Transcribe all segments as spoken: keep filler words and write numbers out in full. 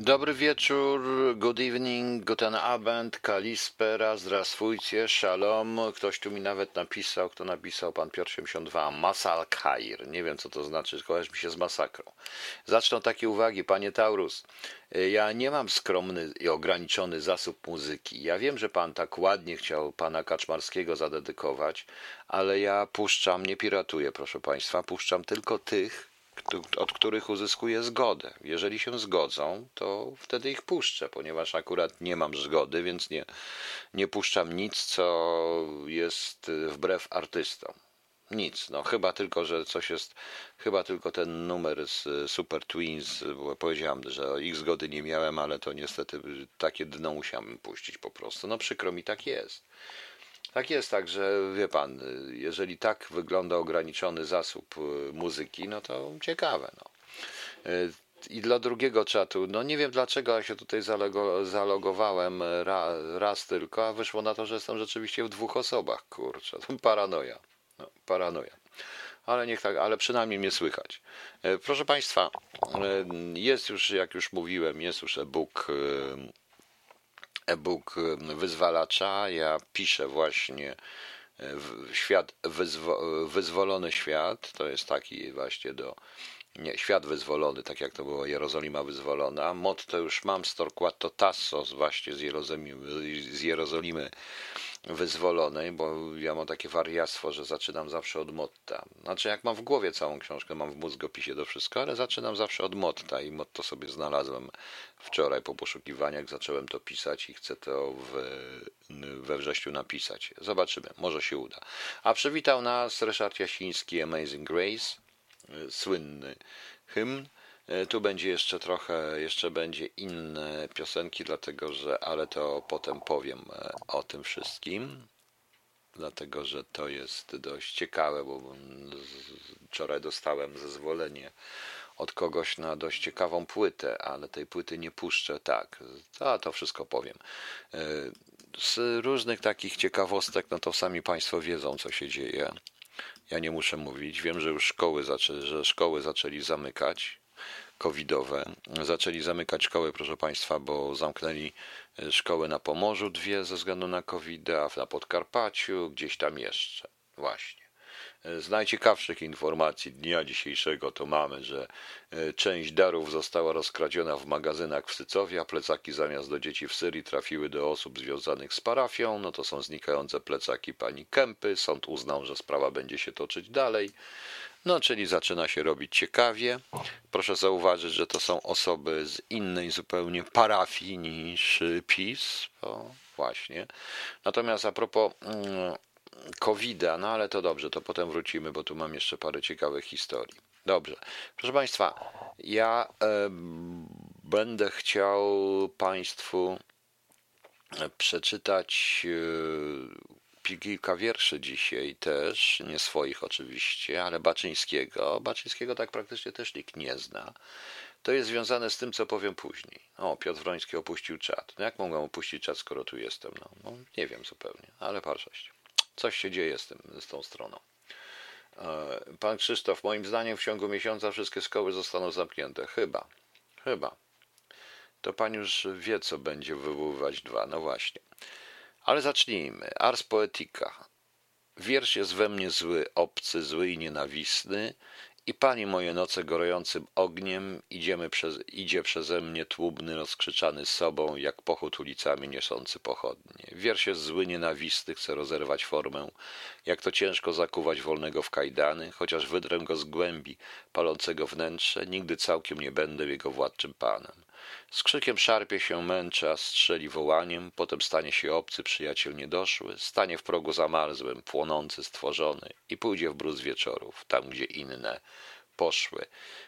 Dobry wieczór, good evening, guten Abend, kalispera, zdrastwujcie, shalom. Ktoś tu mi nawet napisał, kto napisał, pan Piotr siedemdziesiąt dwa, Masal Khair. Nie wiem, co to znaczy, kojarzy mi się z masakrą. Zacznę takie uwagi, panie Taurus. Ja nie mam skromny i ograniczony zasób muzyki. Ja wiem, że pan tak ładnie chciał pana Kaczmarskiego zadedykować, ale ja puszczam, nie piratuję, proszę państwa, puszczam tylko tych, od których uzyskuję zgodę. Jeżeli się zgodzą, to wtedy ich puszczę, ponieważ akurat nie mam zgody, więc nie, nie puszczam nic, co jest wbrew artystom. Nic, no chyba tylko, że coś jest, chyba tylko ten numer z Super Twins, bo powiedziałem, że ich zgody nie miałem, ale to niestety takie dno musiałem puścić po prostu. No przykro mi, tak jest. Tak jest, tak, że wie pan, jeżeli tak wygląda ograniczony zasób muzyki, no to ciekawe, no. I dla drugiego czatu, no nie wiem dlaczego ja się tutaj zalogo, zalogowałem ra, raz tylko, a wyszło na to, że jestem rzeczywiście w dwóch osobach, kurczę, to paranoja, no, paranoja. Ale niech tak, ale przynajmniej mnie słychać. Proszę państwa, jest już, jak już mówiłem, jest już e-book e-book wyzwalacza. Ja piszę właśnie świat wyzwo, wyzwolony świat. To jest taki właśnie do nie, świat wyzwolony, tak jak to było Jerozolima wyzwolona. Motto już mam, Storquato Tassos właśnie z Jerozolimy, z Jerozolimy wyzwolonej, bo ja mam takie wariactwo, że zaczynam zawsze od motta. Znaczy jak mam w głowie całą książkę, mam w mózgopisie to wszystko, ale zaczynam zawsze od motta i motto sobie znalazłem wczoraj po poszukiwaniach, zacząłem to pisać i chcę to w, we wrześniu napisać. Zobaczymy, może się uda. A przywitał nas Ryszard Jasiński, Amazing Grace, słynny hymn. Tu będzie jeszcze trochę, jeszcze będzie inne piosenki, dlatego że, ale to potem powiem o tym wszystkim, dlatego że to jest dość ciekawe, bo wczoraj dostałem zezwolenie od kogoś na dość ciekawą płytę, ale tej płyty nie puszczę, tak, a to wszystko powiem. Z różnych takich ciekawostek, no to sami państwo wiedzą, co się dzieje. Ja nie muszę mówić. Wiem, że już szkoły, zaczę, że szkoły zaczęli zamykać, covidowe. Zaczęli zamykać szkoły, proszę państwa, bo zamknęli szkoły na Pomorzu dwie ze względu na COVID, a na Podkarpaciu, gdzieś tam jeszcze. Właśnie. Z najciekawszych informacji dnia dzisiejszego to mamy, że część darów została rozkradziona w magazynach w Sycowie, a plecaki zamiast do dzieci w Syrii trafiły do osób związanych z parafią. No to są znikające plecaki pani Kępy. Sąd uznał, że sprawa będzie się toczyć dalej. No, czyli zaczyna się robić ciekawie. Proszę zauważyć, że to są osoby z innej zupełnie parafii niż PiS. O, właśnie. Natomiast a propos mm, kowida, no ale to dobrze, to potem wrócimy, bo tu mam jeszcze parę ciekawych historii. Dobrze. Proszę państwa, ja e, będę chciał państwu przeczytać e, kilka wierszy dzisiaj też, nie swoich oczywiście, ale Baczyńskiego. Baczyńskiego tak praktycznie też nikt nie zna. To jest związane z tym, co powiem później. O, Piotr Wroński opuścił czat. No jak mogłem opuścić czat, skoro tu jestem? No, no nie wiem zupełnie, ale parszość. Coś się dzieje z, tym, z tą stroną. Pan Krzysztof, moim zdaniem w ciągu miesiąca wszystkie szkoły zostaną zamknięte. Chyba. Chyba. To pan już wie, co będzie wywoływać dwa. No właśnie. Ale zacznijmy. Ars Poetica. Wiersz jest we mnie zły, obcy, zły i nienawistny i pali moje noce gorącym ogniem, idziemy przez, idzie przeze mnie tłumny, rozkrzyczany sobą, jak pochód ulicami niosący pochodnie. Wiersz jest zły, nienawistny, chce rozerwać formę, jak to ciężko zakuwać wolnego w kajdany, chociaż wydrę go z głębi palącego wnętrze, nigdy całkiem nie będę jego władczym panem. Z krzykiem szarpie się, męczy, a strzeli wołaniem, potem stanie się obcy przyjaciel niedoszły, stanie w progu zamarzłym, płonący, stworzony i pójdzie w brud wieczorów, tam gdzie inne poszły.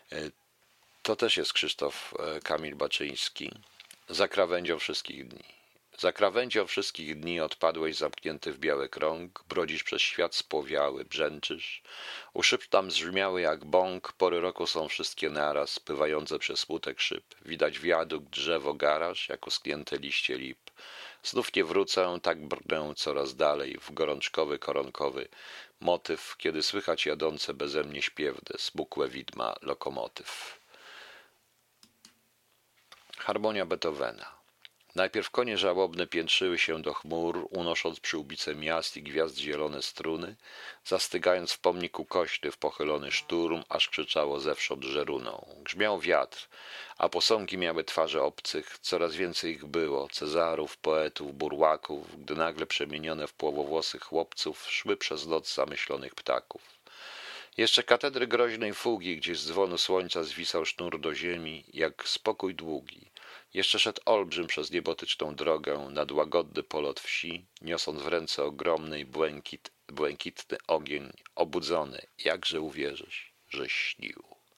To też jest Krzysztof Kamil Baczyński. Za krawędzią wszystkich dni. Za krawędzią wszystkich dni odpadłeś zamknięty w biały krąg, brodzisz przez świat spłowiały, brzęczysz. Uszy tam zbrzmiały jak bąk, pory roku są wszystkie naraz, spływające przez smutek szyb. Widać wiadukt, drzewo, garaż, jak uschnięte liście lip. Znów nie wrócę, tak brnę coraz dalej, w gorączkowy, koronkowy motyw, kiedy słychać jadące beze mnie śpiewne, smukłe widma lokomotyw. Harmonia Beethovena. Najpierw konie żałobne piętrzyły się do chmur, unosząc przyłbice miast i gwiazd zielone struny, zastygając w pomnik ukośny w pochylony szturm, aż krzyczało zewsząd żeruną. Grzmiał wiatr, a posągi miały twarze obcych, coraz więcej ich było, Cezarów, poetów, burłaków, gdy nagle przemienione w płowowłosych chłopców szły przez noc zamyślonych ptaków. Jeszcze katedry groźnej fugi, gdzie z dzwonu słońca zwisał sznur do ziemi, jak spokój długi. Jeszcze szedł olbrzym przez niebotyczną drogę nad łagodny polot wsi, niosąc w ręce ogromny błękit, błękitny ogień, obudzony, jakże uwierzysz, że śnił.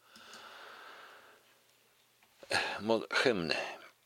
Hymny.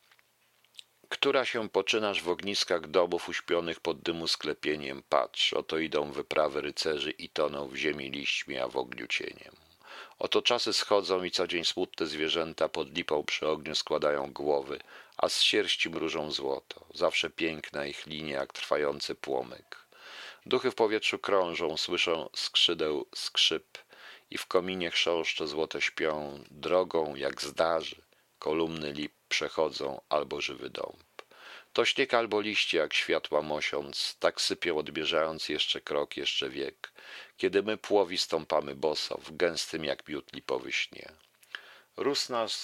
Która się poczynasz w ogniskach domów uśpionych pod dymu sklepieniem, patrz, oto idą wyprawy rycerzy i toną w ziemi liśćmi, a w ogniu cieniem. Oto czasy schodzą i co dzień smutne zwierzęta pod lipą przy ogniu składają głowy, a z sierści mrużą złoto, zawsze piękna ich linia jak trwający płomyk. Duchy w powietrzu krążą, słyszą skrzydeł skrzyp i w kominie chrząszcze złote śpią, drogą jak zdarzy, kolumny lip przechodzą albo żywy dąb. To śnieg albo liście jak światła mosiąc, tak sypią odbieżając jeszcze krok, jeszcze wiek, kiedy my płowi stąpamy boso, w gęstym jak miód lipowy śnie. Rósł, nas,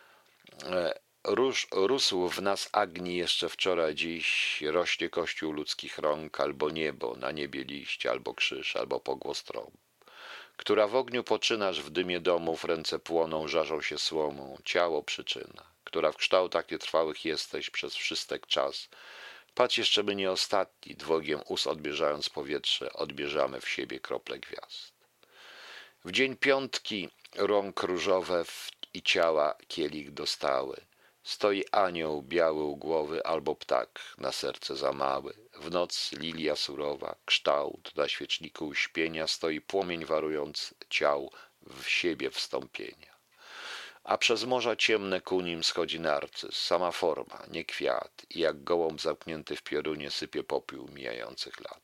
e, róż, rósł w nas agni jeszcze wczoraj, dziś rośnie kościół ludzkich rąk, albo niebo, na niebie liść, albo krzyż, albo pogłos trąb. Która w ogniu poczynasz, w dymie domów, ręce płoną, żarzą się słomą, ciało przyczyna. Która w kształtach nietrwałych jesteś przez wszystek czas. Patrz jeszcze my nie ostatni, dwogiem ust odbierzając powietrze, odbierzamy w siebie krople gwiazd. W dzień piątki rąk różowe i ciała kielich dostały. Stoi anioł biały u głowy albo ptak na serce za mały. W noc lilia surowa, kształt na świeczniku uśpienia, stoi płomień warując ciał w siebie wstąpienia. A przez morza ciemne ku nim schodzi narcyz, sama forma, nie kwiat, i jak gołąb zamknięty w piorunie sypie popiół mijających lat.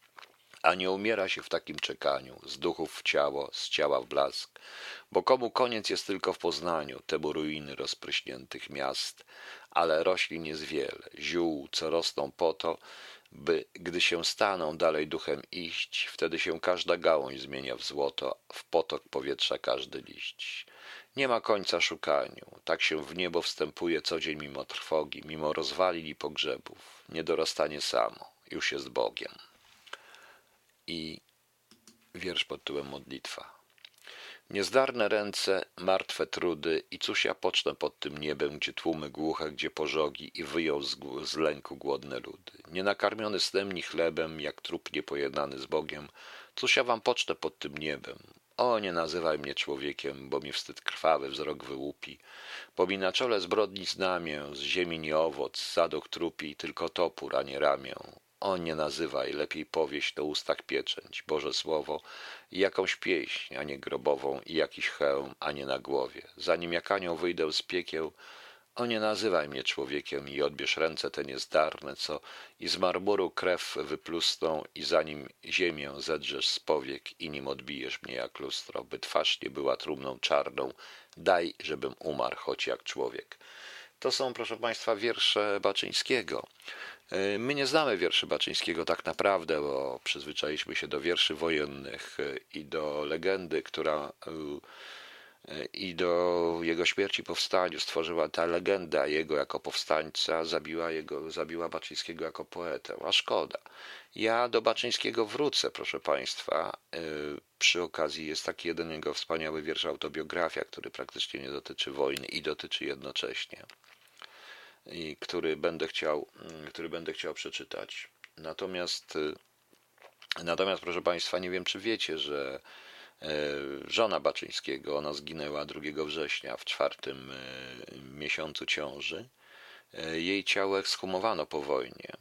A nie umiera się w takim czekaniu, z duchów w ciało, z ciała w blask, bo komu koniec jest tylko w poznaniu, temu ruiny rozpryśniętych miast, ale roślin jest wiele, ziół, co rosną po to, by, gdy się staną dalej duchem iść, wtedy się każda gałąź zmienia w złoto, w potok powietrza każdy liść. Nie ma końca szukaniu, tak się w niebo wstępuje co dzień mimo trwogi, mimo rozwalin i pogrzebów. Niedorastanie samo, już jest Bogiem. I wiersz pod tytułem Modlitwa. Niezdarne ręce, martwe trudy i cóż ja pocznę pod tym niebem, gdzie tłumy głuche, gdzie pożogi i wyją z, z lęku głodne ludy. Nienakarmiony snem ni chlebem, jak trup niepojednany z Bogiem, cóż ja wam pocznę pod tym niebem? O, nie nazywaj mnie człowiekiem, bo mi wstyd krwawy wzrok wyłupi, bo mi na czole zbrodni znamię, z ziemi nie owoc, z zaduch trupi, tylko topór, a nie ramię. O, nie nazywaj, lepiej powieść na ustach pieczęć, Boże Słowo i jakąś pieśń, a nie grobową, i jakiś hełm, a nie na głowie. Zanim jak anioł wyjdę z piekieł, o, nie nazywaj mnie człowiekiem i odbierz ręce te niezdarne, co i z marmuru krew wyplusną i zanim ziemię zedrzesz z powiek i nim odbijesz mnie jak lustro, by twarz nie była trumną czarną, daj, żebym umarł, choć jak człowiek. To są, proszę Państwa, wiersze Baczyńskiego. My nie znamy wierszy Baczyńskiego tak naprawdę, bo przyzwyczailiśmy się do wierszy wojennych i do legendy, która i do jego śmierci, powstaniu stworzyła ta legenda jego jako powstańca, zabiła, jego, zabiła Baczyńskiego jako poetę, a szkoda. Ja do Baczyńskiego wrócę, proszę Państwa. Przy okazji jest taki jeden jego wspaniały wiersz Autobiografia, który praktycznie nie dotyczy wojny i dotyczy jednocześnie. I który będę chciał, który będę chciał przeczytać. Natomiast, natomiast, proszę Państwa, nie wiem, czy wiecie, że żona Baczyńskiego, ona zginęła drugiego września w czwartym miesiącu ciąży. Jej ciało ekshumowano po wojnie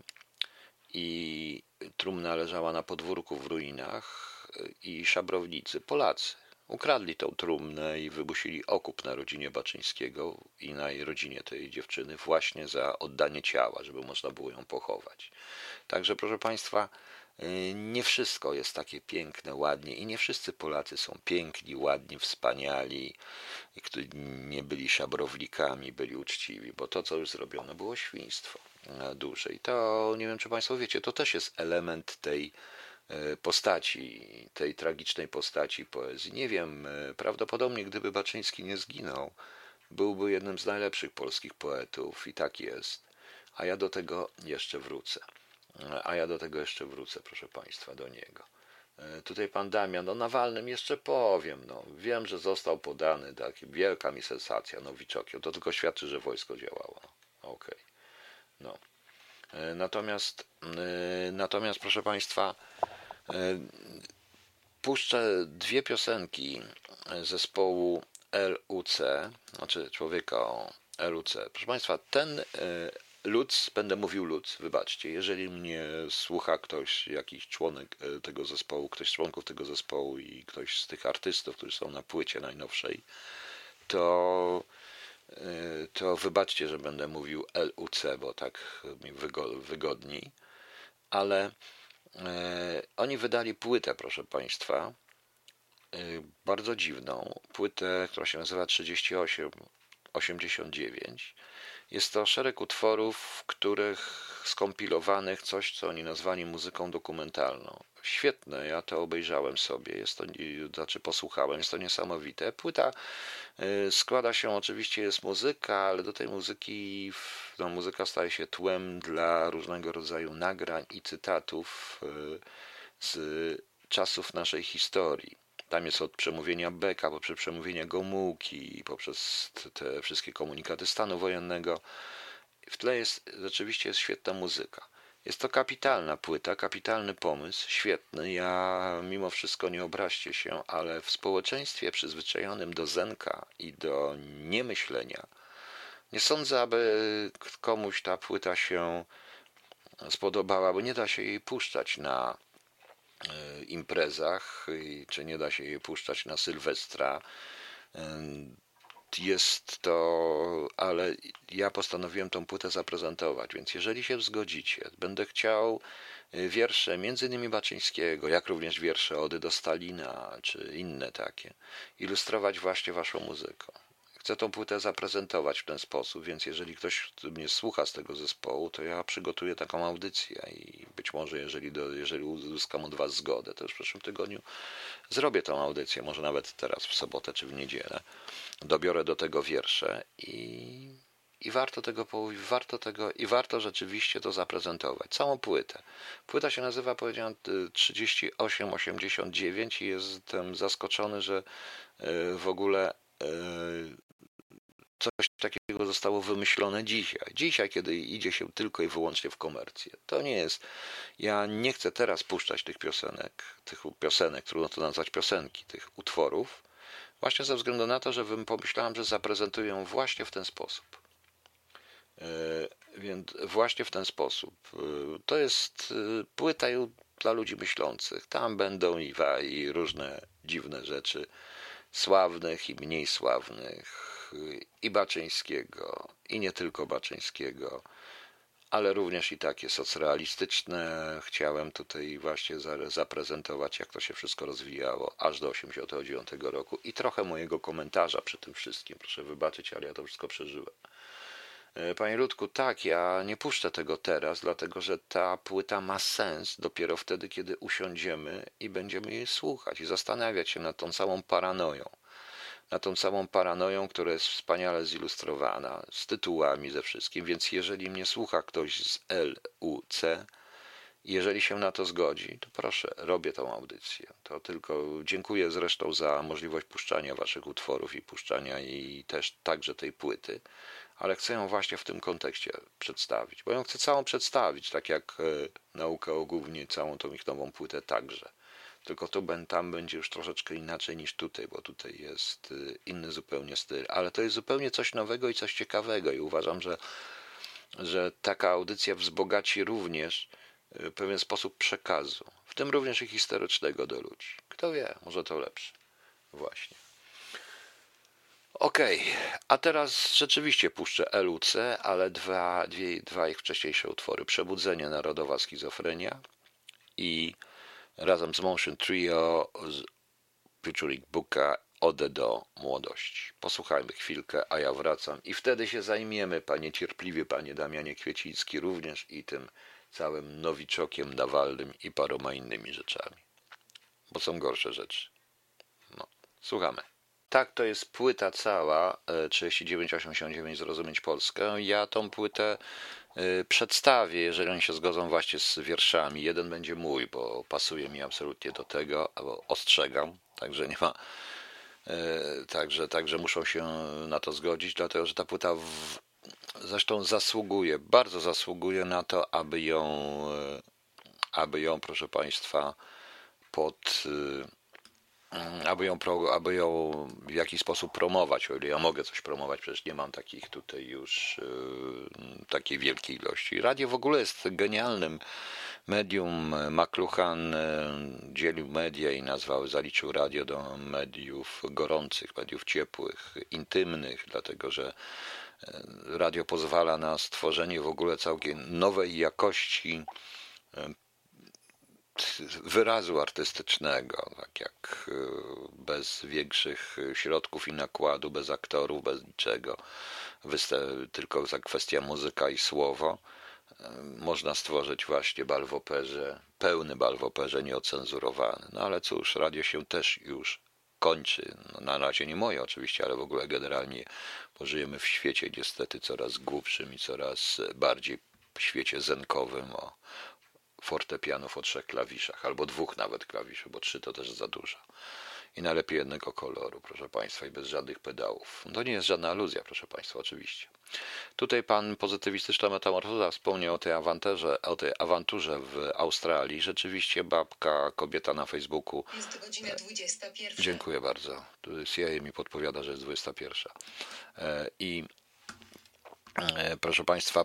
i trumna leżała na podwórku w ruinach i szabrownicy, Polacy, ukradli tą trumnę i wymusili okup na rodzinie Baczyńskiego i na rodzinie tej dziewczyny właśnie za oddanie ciała, żeby można było ją pochować. Także, proszę Państwa, Nie wszystko jest takie piękne, ładnie i nie wszyscy Polacy są piękni, ładni, wspaniali, którzy nie byli szabrownikami, byli uczciwi, bo to, co już zrobiono, było świństwo duże. I to, nie wiem, czy Państwo wiecie, to też jest element tej postaci, tej tragicznej postaci poezji. Nie wiem, prawdopodobnie gdyby Baczyński nie zginął, byłby jednym z najlepszych polskich poetów i tak jest. A ja do tego jeszcze wrócę. A ja do tego jeszcze wrócę, proszę Państwa, do niego. Tutaj pan Damian, no Nawalnym jeszcze powiem, no wiem, że został podany, tak, wielka mi sensacja, Nowiczokiem, to tylko świadczy, że wojsko działało. Okej, okay. No. Natomiast, natomiast, proszę Państwa, puszczę dwie piosenki zespołu L U C, znaczy człowieka o L U C. Proszę Państwa, ten Lutz, będę mówił Lutz, wybaczcie, jeżeli mnie słucha ktoś, jakiś członek tego zespołu, ktoś z członków tego zespołu i ktoś z tych artystów, którzy są na płycie najnowszej, to, to wybaczcie, że będę mówił L U C, bo tak mi wygodniej, ale e, oni wydali płytę, proszę Państwa, e, bardzo dziwną, płytę, która się nazywa trzydzieści osiem osiemdziesiąt dziewięć. Jest to szereg utworów, w których skompilowanych coś, co oni nazwali muzyką dokumentalną. Świetne, ja to obejrzałem sobie, jest to, znaczy posłuchałem, jest to niesamowite. Płyta y, składa się, oczywiście jest muzyka, ale do tej muzyki, no, muzyka staje się tłem dla różnego rodzaju nagrań i cytatów y, z czasów naszej historii. Tam jest od przemówienia Becka, poprzez przemówienia Gomułki, poprzez te wszystkie komunikaty stanu wojennego. W tle jest, rzeczywiście jest świetna muzyka. Jest to kapitalna płyta, kapitalny pomysł, świetny. Ja mimo wszystko nie obraźcie się, ale w społeczeństwie przyzwyczajonym do zenka i do niemyślenia nie sądzę, aby komuś ta płyta się spodobała, bo nie da się jej puszczać na imprezach, czy nie da się jej puszczać na Sylwestra. Jest to, ale ja postanowiłem tą płytę zaprezentować, więc jeżeli się zgodzicie, będę chciał wiersze między innymi Baczyńskiego, jak również wiersze Ody do Stalina, czy inne takie, ilustrować właśnie waszą muzyką. Chcę tą płytę zaprezentować w ten sposób, więc jeżeli ktoś mnie słucha z tego zespołu, to ja przygotuję taką audycję i być może jeżeli, do, jeżeli uzyskam od was zgodę, to już w przyszłym tygodniu zrobię tą audycję, może nawet teraz w sobotę czy w niedzielę. Dobiorę do tego wiersze i, i warto tego, warto tego i warto rzeczywiście to zaprezentować. Całą płytę. Płyta się nazywa, powiedziałem, trzydzieści osiem osiemdziesiąt dziewięć i jestem zaskoczony, że w ogóle coś takiego zostało wymyślone dzisiaj. Dzisiaj, kiedy idzie się tylko i wyłącznie w komercję. To nie jest. Ja nie chcę teraz puszczać tych piosenek, tych piosenek, trudno to nazwać piosenki, tych utworów, właśnie ze względu na to, że pomyślałem, że zaprezentuję ją właśnie w ten sposób. Więc właśnie w ten sposób. To jest płyta dla ludzi myślących. Tam będą i, i różne dziwne rzeczy, sławnych i mniej sławnych, i Baczyńskiego, i nie tylko Baczyńskiego, ale również i takie socrealistyczne. Chciałem tutaj właśnie zaprezentować, jak to się wszystko rozwijało aż do osiemdziesiątego dziewiątego roku i trochę mojego komentarza przy tym wszystkim. Proszę wybaczyć, ale ja to wszystko przeżyłem. Panie Ludku, tak, ja nie puszczę tego teraz, dlatego że ta płyta ma sens dopiero wtedy, kiedy usiądziemy i będziemy jej słuchać i zastanawiać się nad tą całą paranoją. Na tą całą paranoją, która jest wspaniale zilustrowana, z tytułami, ze wszystkim, więc jeżeli mnie słucha ktoś z L U C, jeżeli się na to zgodzi, to proszę, robię tą audycję. To tylko dziękuję zresztą za możliwość puszczania waszych utworów i puszczania i też także tej płyty, ale chcę ją właśnie w tym kontekście przedstawić, bo ją chcę całą przedstawić, tak jak Naukę o Gównie, całą tą ich nową płytę także. Tylko to tam będzie już troszeczkę inaczej niż tutaj, bo tutaj jest inny zupełnie styl, ale to jest zupełnie coś nowego i coś ciekawego i uważam, że, że taka audycja wzbogaci również w pewien sposób przekazu, w tym również i historycznego do ludzi. Kto wie, może to lepsze. Właśnie. Okej, okay. A teraz rzeczywiście puszczę L U C, ale dwa, dwie, dwa ich wcześniejsze utwory. Przebudzenie, Narodowa schizofrenia i razem z Motion Trio z featuring Buka Ode do młodości. Posłuchajmy chwilkę, a ja wracam i wtedy się zajmiemy, panie cierpliwie, panie Damianie Kwieciński, również i tym całym nowiczokiem Nawalnym i paroma innymi rzeczami. Bo są gorsze rzeczy. No, słuchamy. Tak, to jest płyta cała, trzydzieści dziewięć osiemdziesiąt dziewięć Zrozumieć Polskę. Ja tą płytę przedstawię, jeżeli oni się zgodzą właśnie z wierszami. Jeden będzie mój, bo pasuje mi absolutnie do tego, albo ostrzegam, także nie ma, także, także muszą się na to zgodzić, dlatego że ta płyta w, zresztą zasługuje, bardzo zasługuje na to, aby ją, aby ją, proszę Państwa, pod... Aby ją, aby ją w jakiś sposób promować, o ile ja mogę coś promować, przecież nie mam takich tutaj już yy, takiej wielkiej ilości. Radio w ogóle jest genialnym medium. McLuhan yy, dzielił media i nazwał, zaliczył radio do mediów gorących, mediów ciepłych, intymnych, dlatego że yy, radio pozwala na stworzenie w ogóle całkiem nowej jakości yy, wyrazu artystycznego, tak jak bez większych środków i nakładu, bez aktorów, bez niczego, tylko za kwestia muzyka i słowo, można stworzyć właśnie bal w operze, pełny bal w operze, nieocenzurowany. No ale cóż, radio się też już kończy. No, na razie nie moje oczywiście, ale w ogóle generalnie, bo żyjemy w świecie niestety coraz głupszym i coraz bardziej w świecie zenkowym o fortepianów o trzech klawiszach, albo dwóch nawet klawiszy, bo trzy to też za dużo. I najlepiej jednego koloru, proszę Państwa, i bez żadnych pedałów. To nie jest żadna aluzja, proszę Państwa, oczywiście. Tutaj pan pozytywistyczna metamorfoza wspomniał o tej awanturze, o tej awanturze w Australii. Rzeczywiście babka, kobieta na Facebooku. Jest godzina dwudziesta pierwsza. Dziękuję bardzo. C I A mi podpowiada, że jest dwudziesta pierwsza. I proszę Państwa,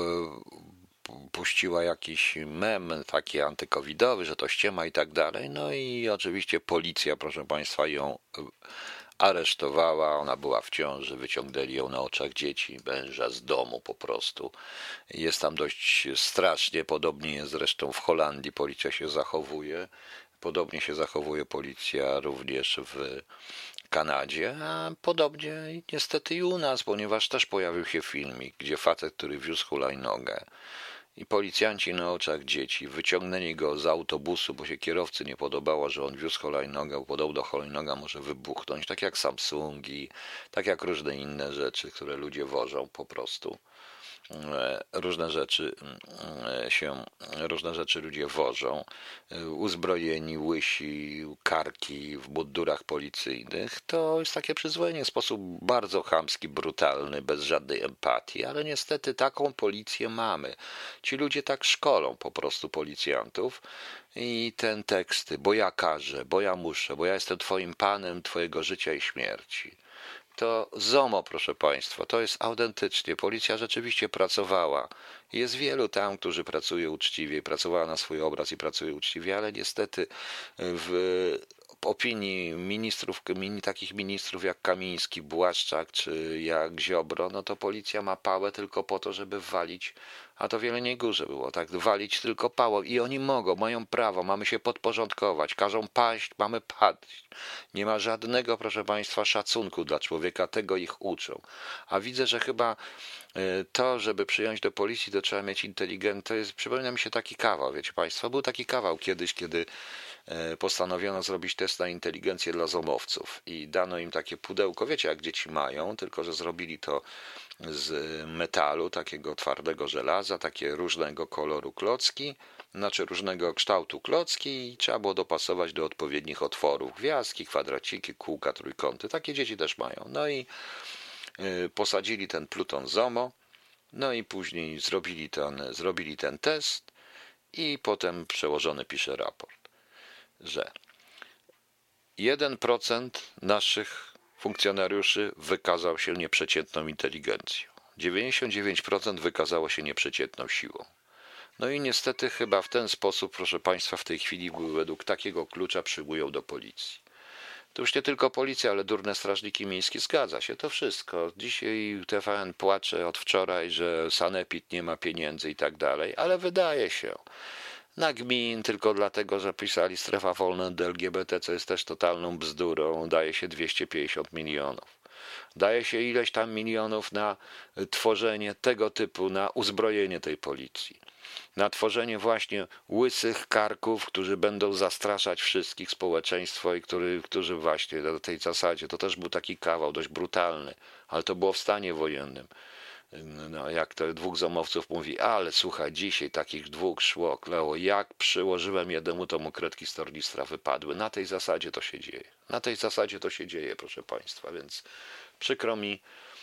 puściła jakiś mem taki antykowidowy, że to ściema i tak dalej. No i oczywiście policja, proszę Państwa, ją aresztowała. Ona była w ciąży, wyciągnęli ją na oczach dzieci, męża z domu po prostu. Jest tam dość strasznie, podobnie jest zresztą w Holandii, policja się zachowuje. Podobnie się zachowuje policja również w Kanadzie, a podobnie niestety i u nas, ponieważ też pojawił się filmik, gdzie facet, który wiózł hulajnogę i policjanci na oczach dzieci wyciągnęli go z autobusu, bo się kierowcy nie podobało, że on wiózł hulajnogę, bo podobno hulajnoga może wybuchnąć, tak jak Samsungi, tak jak różne inne rzeczy, które ludzie wożą po prostu. Różne rzeczy się, różne rzeczy ludzie wożą, uzbrojeni, łysi, karki w mundurach policyjnych. To jest takie przyzwolenie w sposób bardzo chamski, brutalny, bez żadnej empatii, ale niestety taką policję mamy. Ci ludzie tak szkolą po prostu policjantów i ten teksty, bo ja każę, bo ja muszę, bo ja jestem twoim panem twojego życia i śmierci. To ZOMO, proszę Państwa, to jest autentycznie. Policja rzeczywiście pracowała. Jest wielu tam, którzy pracują uczciwie, pracowała na swój obraz i pracuje uczciwie, ale niestety w opinii ministrów, takich ministrów jak Kamiński, Błaszczak czy jak Ziobro, no to policja ma pałę tylko po to, żeby walić, a to wiele nie górze było, tak, walić tylko pałą i oni mogą, mają prawo, mamy się podporządkować, każą paść, mamy paść. Nie ma żadnego, proszę Państwa, szacunku dla człowieka, tego ich uczą. A widzę, że chyba to, żeby przyjąć do policji, to trzeba mieć inteligentność. To jest, przypomina mi się taki kawał, wiecie Państwo, był taki kawał kiedyś, kiedy postanowiono zrobić test na inteligencję dla zomowców i dano im takie pudełko, wiecie jak dzieci mają, tylko że zrobili to z metalu, takiego twardego żelaza, takie różnego koloru klocki, znaczy różnego kształtu klocki i trzeba było dopasować do odpowiednich otworów, gwiazdki, kwadraciki, kółka, trójkąty, takie dzieci też mają. No i posadzili ten pluton ZOMO, no i później zrobili ten, zrobili ten test i potem przełożony pisze raport, że jeden procent naszych funkcjonariuszy wykazał się nieprzeciętną inteligencją, dziewięćdziesiąt dziewięć procent wykazało się nieprzeciętną siłą. No i niestety chyba w ten sposób, proszę Państwa, w tej chwili według takiego klucza przyjmują do policji. To już nie tylko policja, ale durne strażniki miejskie, zgadza się, to wszystko. Dzisiaj T V N płacze od wczoraj, że sanepid nie ma pieniędzy i tak dalej, ale wydaje się, nagmin, tylko dlatego, że pisali strefa wolna do L G B T, co jest też totalną bzdurą, daje się dwieście pięćdziesiąt milionów. Daje się ileś tam milionów na tworzenie tego typu, na uzbrojenie tej policji. Na tworzenie właśnie łysych karków, którzy będą zastraszać wszystkich społeczeństwo i który, którzy właśnie na tej zasadzie, to też był taki kawał dość brutalny, ale to było w stanie wojennym. No, jak to dwóch zomowców mówi, ale słuchaj, dzisiaj takich dwóch szło, kleło, jak przyłożyłem jednemu, to mu kredki z tornistra wypadły. Na tej zasadzie to się dzieje. Na tej zasadzie to się dzieje, proszę Państwa, więc przykro mi,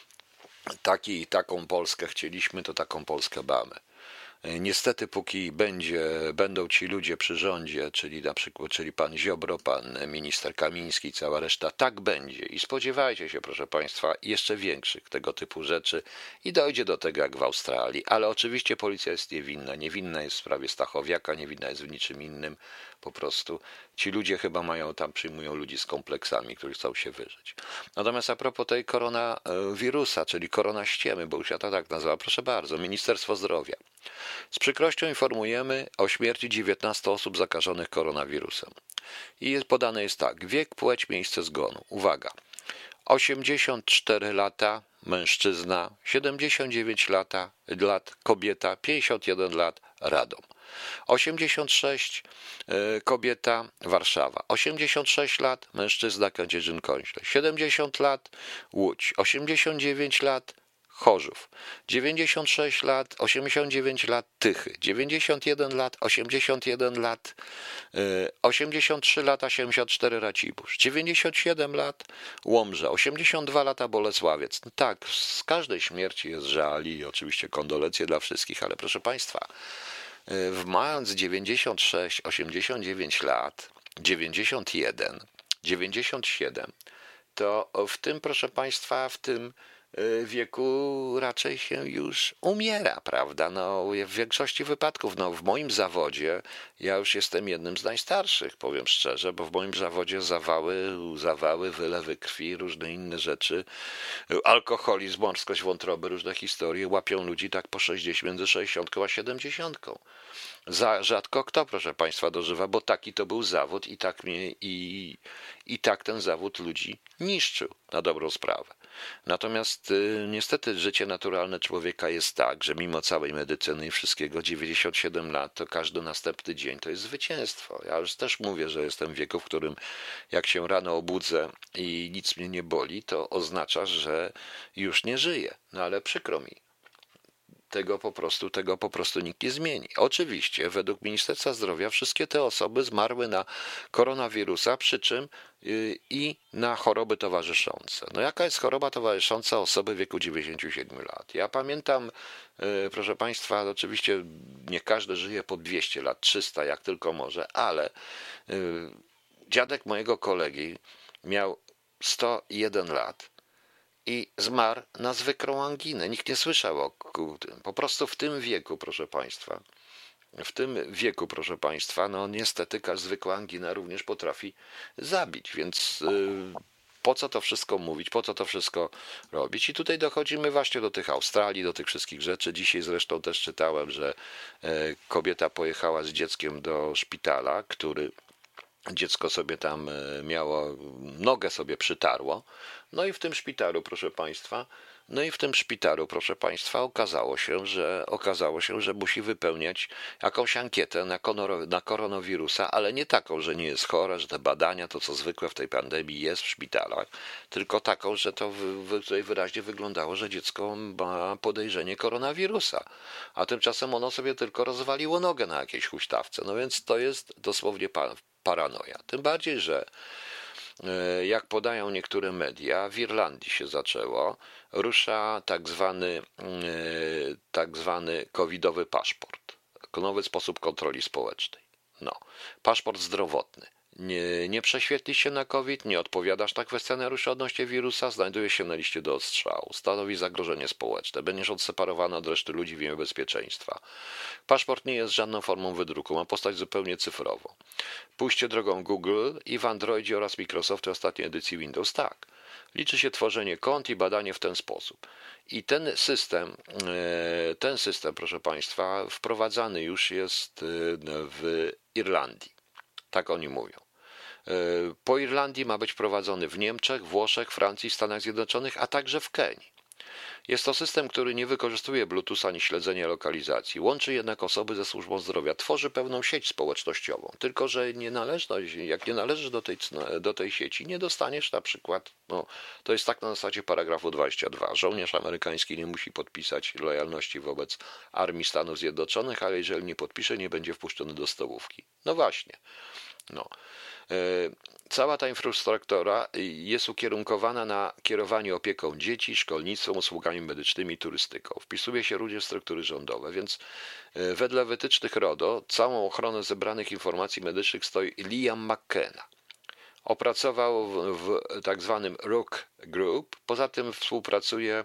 taki, taką Polskę chcieliśmy, to taką Polskę mamy. Niestety, póki będzie, będą ci ludzie przy rządzie, czyli na przykład, czyli pan Ziobro, pan minister Kamiński, cała reszta, tak będzie. I spodziewajcie się, proszę Państwa, jeszcze większych tego typu rzeczy i dojdzie do tego jak w Australii. Ale oczywiście policja jest niewinna. Niewinna jest w sprawie Stachowiaka, niewinna jest w niczym innym. Po prostu ci ludzie chyba mają tam, przyjmują ludzi z kompleksami, którzy chcą się wyżyć. Natomiast a propos tej koronawirusa, czyli koronaściemy, bo już ja to tak nazwałem, proszę bardzo, Ministerstwo Zdrowia. Z przykrością informujemy o śmierci dziewiętnastu osób zakażonych koronawirusem. I jest podane jest tak, wiek, płeć, miejsce zgonu. Uwaga, osiemdziesiąt cztery lata mężczyzna, siedemdziesiąt dziewięć lata, lat kobieta, pięćdziesiąt jeden lat Radom. osiemdziesiąt sześć kobieta Warszawa, osiemdziesiąt sześć lat mężczyzna Kędzierzyn-Koźle, siedemdziesiąt lat Łódź, osiemdziesiąt dziewięć lat Chorzów, dziewięćdziesiąt sześć lat, osiemdziesiąt dziewięć lat Tychy, dziewięćdziesiąt jeden lat, osiemdziesiąt jeden lat, osiemdziesiąt trzy lata, siedemdziesiąt cztery Racibórz, dziewięćdziesiąt siedem lat Łomża, osiemdziesiąt dwa lata Bolesławiec. No tak, z każdej śmierci jest żal i oczywiście kondolencje dla wszystkich, ale proszę Państwa, w mając dziewięćdziesiąt sześć, osiemdziesiąt dziewięć lat, dziewięćdziesiąt jeden, dziewięćdziesiąt siedem, to w tym, proszę Państwa, w tym wieku raczej się już umiera, prawda? No, w większości wypadków, no w moim zawodzie ja już jestem jednym z najstarszych, powiem szczerze, bo w moim zawodzie zawały, zawały, wylewy krwi, różne inne rzeczy, alkoholizm, mączkość wątroby, różne historie łapią ludzi tak po sześćdziesiąt, między sześćdziesiątką a siedemdziesiątką. Za rzadko kto, proszę Państwa, dożywa, bo taki to był zawód i tak mnie i, i tak ten zawód ludzi niszczył na dobrą sprawę. Natomiast y, niestety życie naturalne człowieka jest tak, że mimo całej medycyny i wszystkiego dziewięćdziesiąt siedem lat to każdy następny dzień to jest zwycięstwo. Ja już też mówię, że jestem w wieku, w którym jak się rano obudzę i nic mnie nie boli, to oznacza, że już nie żyję. No ale przykro mi. Tego po prostu, tego po prostu nikt nie zmieni. Oczywiście, według Ministerstwa Zdrowia wszystkie te osoby zmarły na koronawirusa, przy czym yy, i na choroby towarzyszące. No jaka jest choroba towarzysząca osoby w wieku dziewięćdziesięciu siedmiu lat? Ja pamiętam, yy, proszę Państwa, oczywiście nie każdy żyje po dwieście lat, trzysta jak tylko może, ale yy, dziadek mojego kolegi miał sto jeden lat. I zmarł na zwykłą anginę. Nikt nie słyszał o tym. Po prostu w tym wieku, proszę Państwa, w tym wieku, proszę Państwa, no niestety zwykła angina również potrafi zabić, więc yy, po co to wszystko mówić, po co to wszystko robić? I tutaj dochodzimy właśnie do tych Australii, do tych wszystkich rzeczy. Dzisiaj zresztą też czytałem, że yy, kobieta pojechała z dzieckiem do szpitala, który dziecko sobie tam miało, nogę sobie przytarło. No i w tym szpitalu, proszę Państwa, no i w tym szpitalu, proszę Państwa, okazało się, że okazało się, że musi wypełniać jakąś ankietę na, konoro, na koronawirusa, ale nie taką, że nie jest chora, że te badania, to co zwykłe w tej pandemii jest w szpitalach, tylko taką, że to w, tutaj wyraźnie wyglądało, że dziecko ma podejrzenie koronawirusa, a tymczasem ono sobie tylko rozwaliło nogę na jakiejś huśtawce. No więc to jest dosłownie pa, paranoja. Tym bardziej, że jak podają niektóre media, w Irlandii się zaczęło, rusza tak zwany, tak zwany covidowy paszport, nowy sposób kontroli społecznej. No, paszport zdrowotny. Nie, nie prześwietlisz się na COVID, nie odpowiadasz na kwestionariusze odnośnie wirusa, znajduje się na liście do odstrzału, stanowi zagrożenie społeczne, będziesz odseparowany od reszty ludzi w imię bezpieczeństwa. Paszport nie jest żadną formą wydruku, ma postać zupełnie cyfrową. Pójście drogą Google i w Androidzie oraz Microsoftie ostatniej edycji Windows tak. Liczy się tworzenie kont i badanie w ten sposób. I ten system, ten ten system, proszę Państwa, wprowadzany już jest w Irlandii. Tak oni mówią. Po Irlandii ma być wprowadzony w Niemczech, Włoszech, Francji, Stanach Zjednoczonych, a także w Kenii. Jest to system, który nie wykorzystuje Bluetootha ani śledzenia lokalizacji. Łączy jednak osoby ze służbą zdrowia. Tworzy pewną sieć społecznościową. Tylko że nie należność, jak nie należysz do tej, do tej sieci, nie dostaniesz na przykład, no, to jest tak na zasadzie paragrafu dwudziestego drugiego. Żołnierz amerykański nie musi podpisać lojalności wobec Armii Stanów Zjednoczonych, ale jeżeli nie podpisze, nie będzie wpuszczony do stołówki. No właśnie. No. Cała ta infrastruktura jest ukierunkowana na kierowanie opieką dzieci, szkolnictwem, usługami medycznymi, turystyką. Wpisuje się również w struktury rządowe, więc wedle wytycznych RODO całą ochronę zebranych informacji medycznych stoi Liam McKenna. Opracował w, w tak zwanym Rook Group, poza tym współpracuje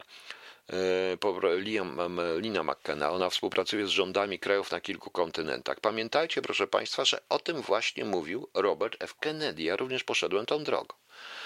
Liam, Lina McKenna, ona współpracuje z rządami krajów na kilku kontynentach. Pamiętajcie, proszę Państwa, że o tym właśnie mówił Robert F. Kennedy. Ja również poszedłem tą drogą.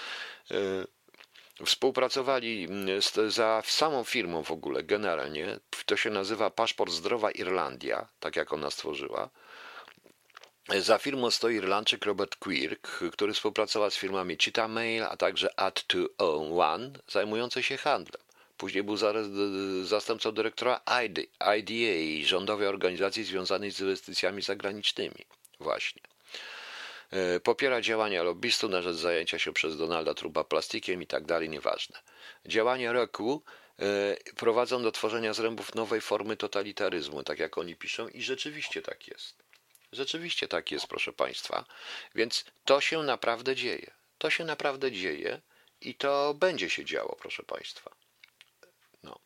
Współpracowali z, za samą firmą w ogóle, generalnie. To się nazywa Paszport Zdrowa Irlandia, tak jak ona stworzyła. Za firmą stoi Irlandczyk Robert Quirk, który współpracował z firmami Cheetah Mail, a także Add to One, zajmujące się handlem. Później był zastępcą dyrektora I D A, rządowej organizacji związanej z inwestycjami zagranicznymi. Właśnie. Popiera działania lobbystów na rzecz zajęcia się przez Donalda Trumpa plastikiem i tak dalej, nieważne. Działania Roku prowadzą do tworzenia zrębów nowej formy totalitaryzmu, tak jak oni piszą, i rzeczywiście tak jest. Rzeczywiście tak jest, proszę Państwa. Więc to się naprawdę dzieje. To się naprawdę dzieje i to będzie się działo, proszę Państwa. No.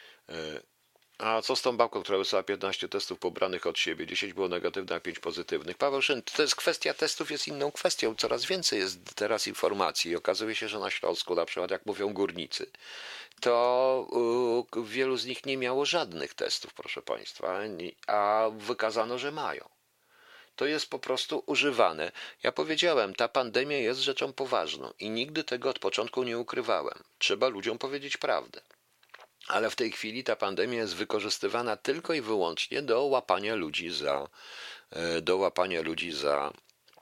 A co z tą babką, która wysłała piętnaście testów pobranych od siebie? dziesięć było negatywnych, a pięć pozytywnych. Paweł Szyn, to jest kwestia testów, jest inną kwestią. Coraz więcej jest teraz informacji i okazuje się, że na Śląsku, na przykład jak mówią górnicy, to wielu z nich nie miało żadnych testów, proszę Państwa, a wykazano, że mają. To jest po prostu używane. Ja powiedziałem, ta pandemia jest rzeczą poważną i nigdy tego od początku nie ukrywałem. Trzeba ludziom powiedzieć prawdę. Ale w tej chwili ta pandemia jest wykorzystywana tylko i wyłącznie do łapania ludzi za, do łapania ludzi za,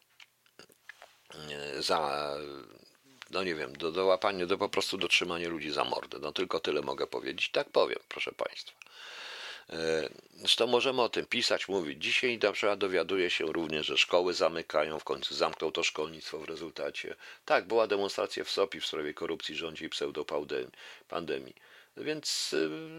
za no nie wiem, do, do łapania, do po prostu do trzymania ludzi za mordę. No tylko tyle mogę powiedzieć. Tak powiem, proszę Państwa. Zresztą możemy o tym pisać, mówić. Dzisiaj na przykład dowiaduję się również, że szkoły zamykają, w końcu zamkną to szkolnictwo w rezultacie. Tak, była demonstracja w Sopi w sprawie korupcji rządzi i pseudopandemii. Więc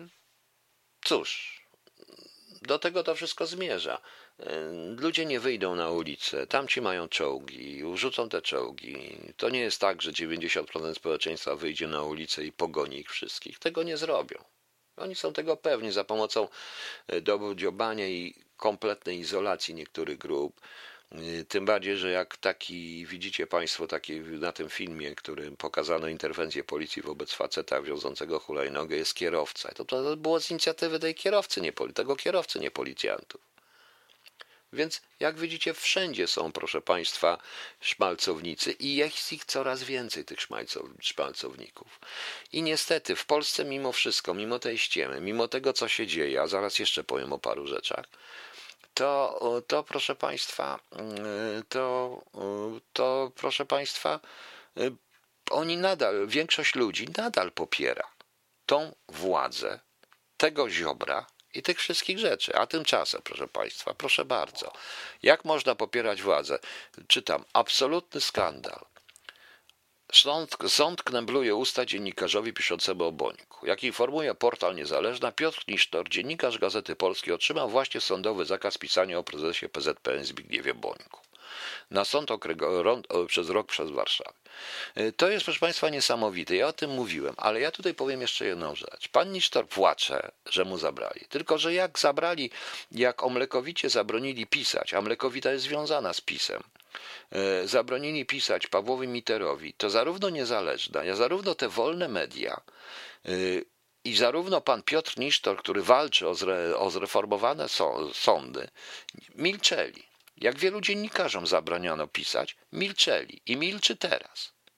cóż, do tego to wszystko zmierza. Ludzie nie wyjdą na ulicę, tamci mają czołgi, rzucą te czołgi. To nie jest tak, że dziewięćdziesiąt procent społeczeństwa wyjdzie na ulicę i pogoni ich wszystkich. Tego nie zrobią. Oni są tego pewni za pomocą dowodziobania i kompletnej izolacji niektórych grup. Tym bardziej, że jak taki, widzicie Państwo taki na tym filmie, którym pokazano interwencję policji wobec faceta wiozącego hulajnogę, jest kierowca. To, to było z inicjatywy tej kierowcy, nie, tego kierowcy, nie policjantów. Więc jak widzicie, wszędzie są, proszę Państwa, szmalcownicy i jest ich coraz więcej, tych szmalcowników. I niestety w Polsce mimo wszystko, mimo tej ściemy, mimo tego, co się dzieje, a zaraz jeszcze powiem o paru rzeczach, to, to proszę Państwa, to, to proszę Państwa, oni nadal, większość ludzi nadal popiera tą władzę, tego Ziobra i tych wszystkich rzeczy. A tymczasem, proszę Państwa, proszę bardzo, jak można popierać władzę? Czytam, absolutny skandal. Sąd, sąd knebluje usta dziennikarzowi piszącemu o Bońku. Jak informuje portal Niezależna, Piotr Nisztor, dziennikarz Gazety Polskiej, otrzymał właśnie sądowy zakaz pisania o prezesie P Z P N Zbigniewie Bońku. Na sąd okręgowy przez rok przez Warszawę. To jest, proszę Państwa, niesamowite. Ja o tym mówiłem, ale ja tutaj powiem jeszcze jedną rzecz. Pan Nisztor płacze, że mu zabrali. Tylko że jak zabrali, jak Omlekowicie zabronili pisać, a Mlekowita jest związana z PiS-em, zabronili pisać Pawłowi Mitterowi, to zarówno Niezależna, jak zarówno te wolne media i zarówno pan Piotr Nisztor, który walczy o, zre, o zreformowane sądy, milczeli. Jak wielu dziennikarzom zabraniono pisać, milczeli i milczy teraz.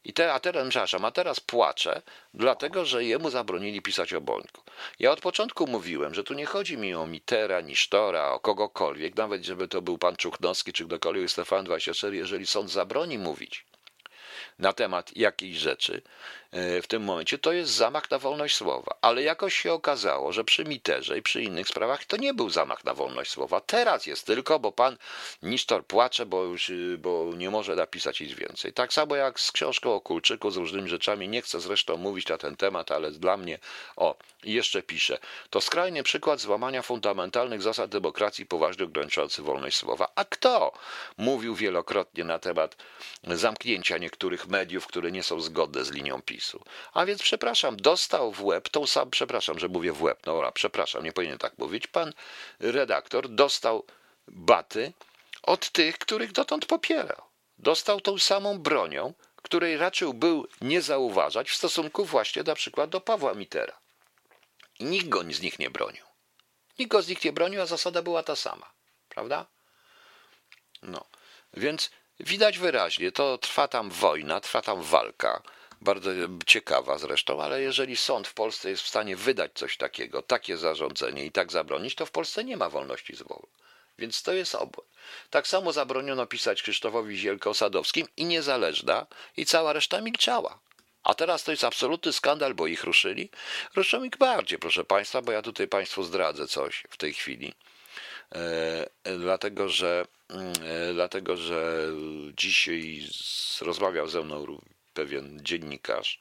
I te, a teraz, przepraszam, a teraz płacze, dlatego że jemu zabronili pisać o Bońku. Ja od początku mówiłem, że tu nie chodzi mi o Mittera, Nisztora, o kogokolwiek, nawet żeby to był pan Czuchnowski czy ktokolwiek z T V N dwadzieścia cztery, jeżeli sąd zabroni mówić na temat jakiejś rzeczy w tym momencie, to jest zamach na wolność słowa. Ale jakoś się okazało, że przy Mitterze i przy innych sprawach to nie był zamach na wolność słowa. Teraz jest tylko, bo pan Nisztor płacze, bo już bo nie może napisać nic więcej. Tak samo jak z książką o Kulczyku, z różnymi rzeczami. Nie chcę zresztą mówić na ten temat, ale dla mnie, o, i jeszcze piszę, to skrajny przykład złamania fundamentalnych zasad demokracji poważnie ograniczający wolność słowa. A kto mówił wielokrotnie na temat zamknięcia niektórych mediów, które nie są zgodne z linią PiSu? A więc przepraszam, dostał w łeb tą samą, przepraszam, że mówię w łeb, no ora, przepraszam, nie powinien tak mówić, pan redaktor dostał baty od tych, których dotąd popierał. Dostał tą samą bronią, której raczył był nie zauważać w stosunku właśnie na przykład do Pawła Mittera. I nikt go z nich nie bronił. Nikt go z nich nie bronił, a zasada była ta sama, prawda? No, więc widać wyraźnie, to trwa tam wojna, trwa tam walka, bardzo ciekawa zresztą, ale jeżeli sąd w Polsce jest w stanie wydać coś takiego, takie zarządzenie i tak zabronić, to w Polsce nie ma wolności słowa. Więc to jest obłęd. Tak samo zabroniono pisać Krzysztofowi Zielko-Sadowskim i Niezależna i cała reszta milczała. A teraz to jest absolutny skandal, bo ich ruszyli. Ruszą ich bardziej, proszę państwa, bo ja tutaj państwu zdradzę coś w tej chwili. E, dlatego, że, e, dlatego, że dzisiaj z, rozmawiał ze mną pewien dziennikarz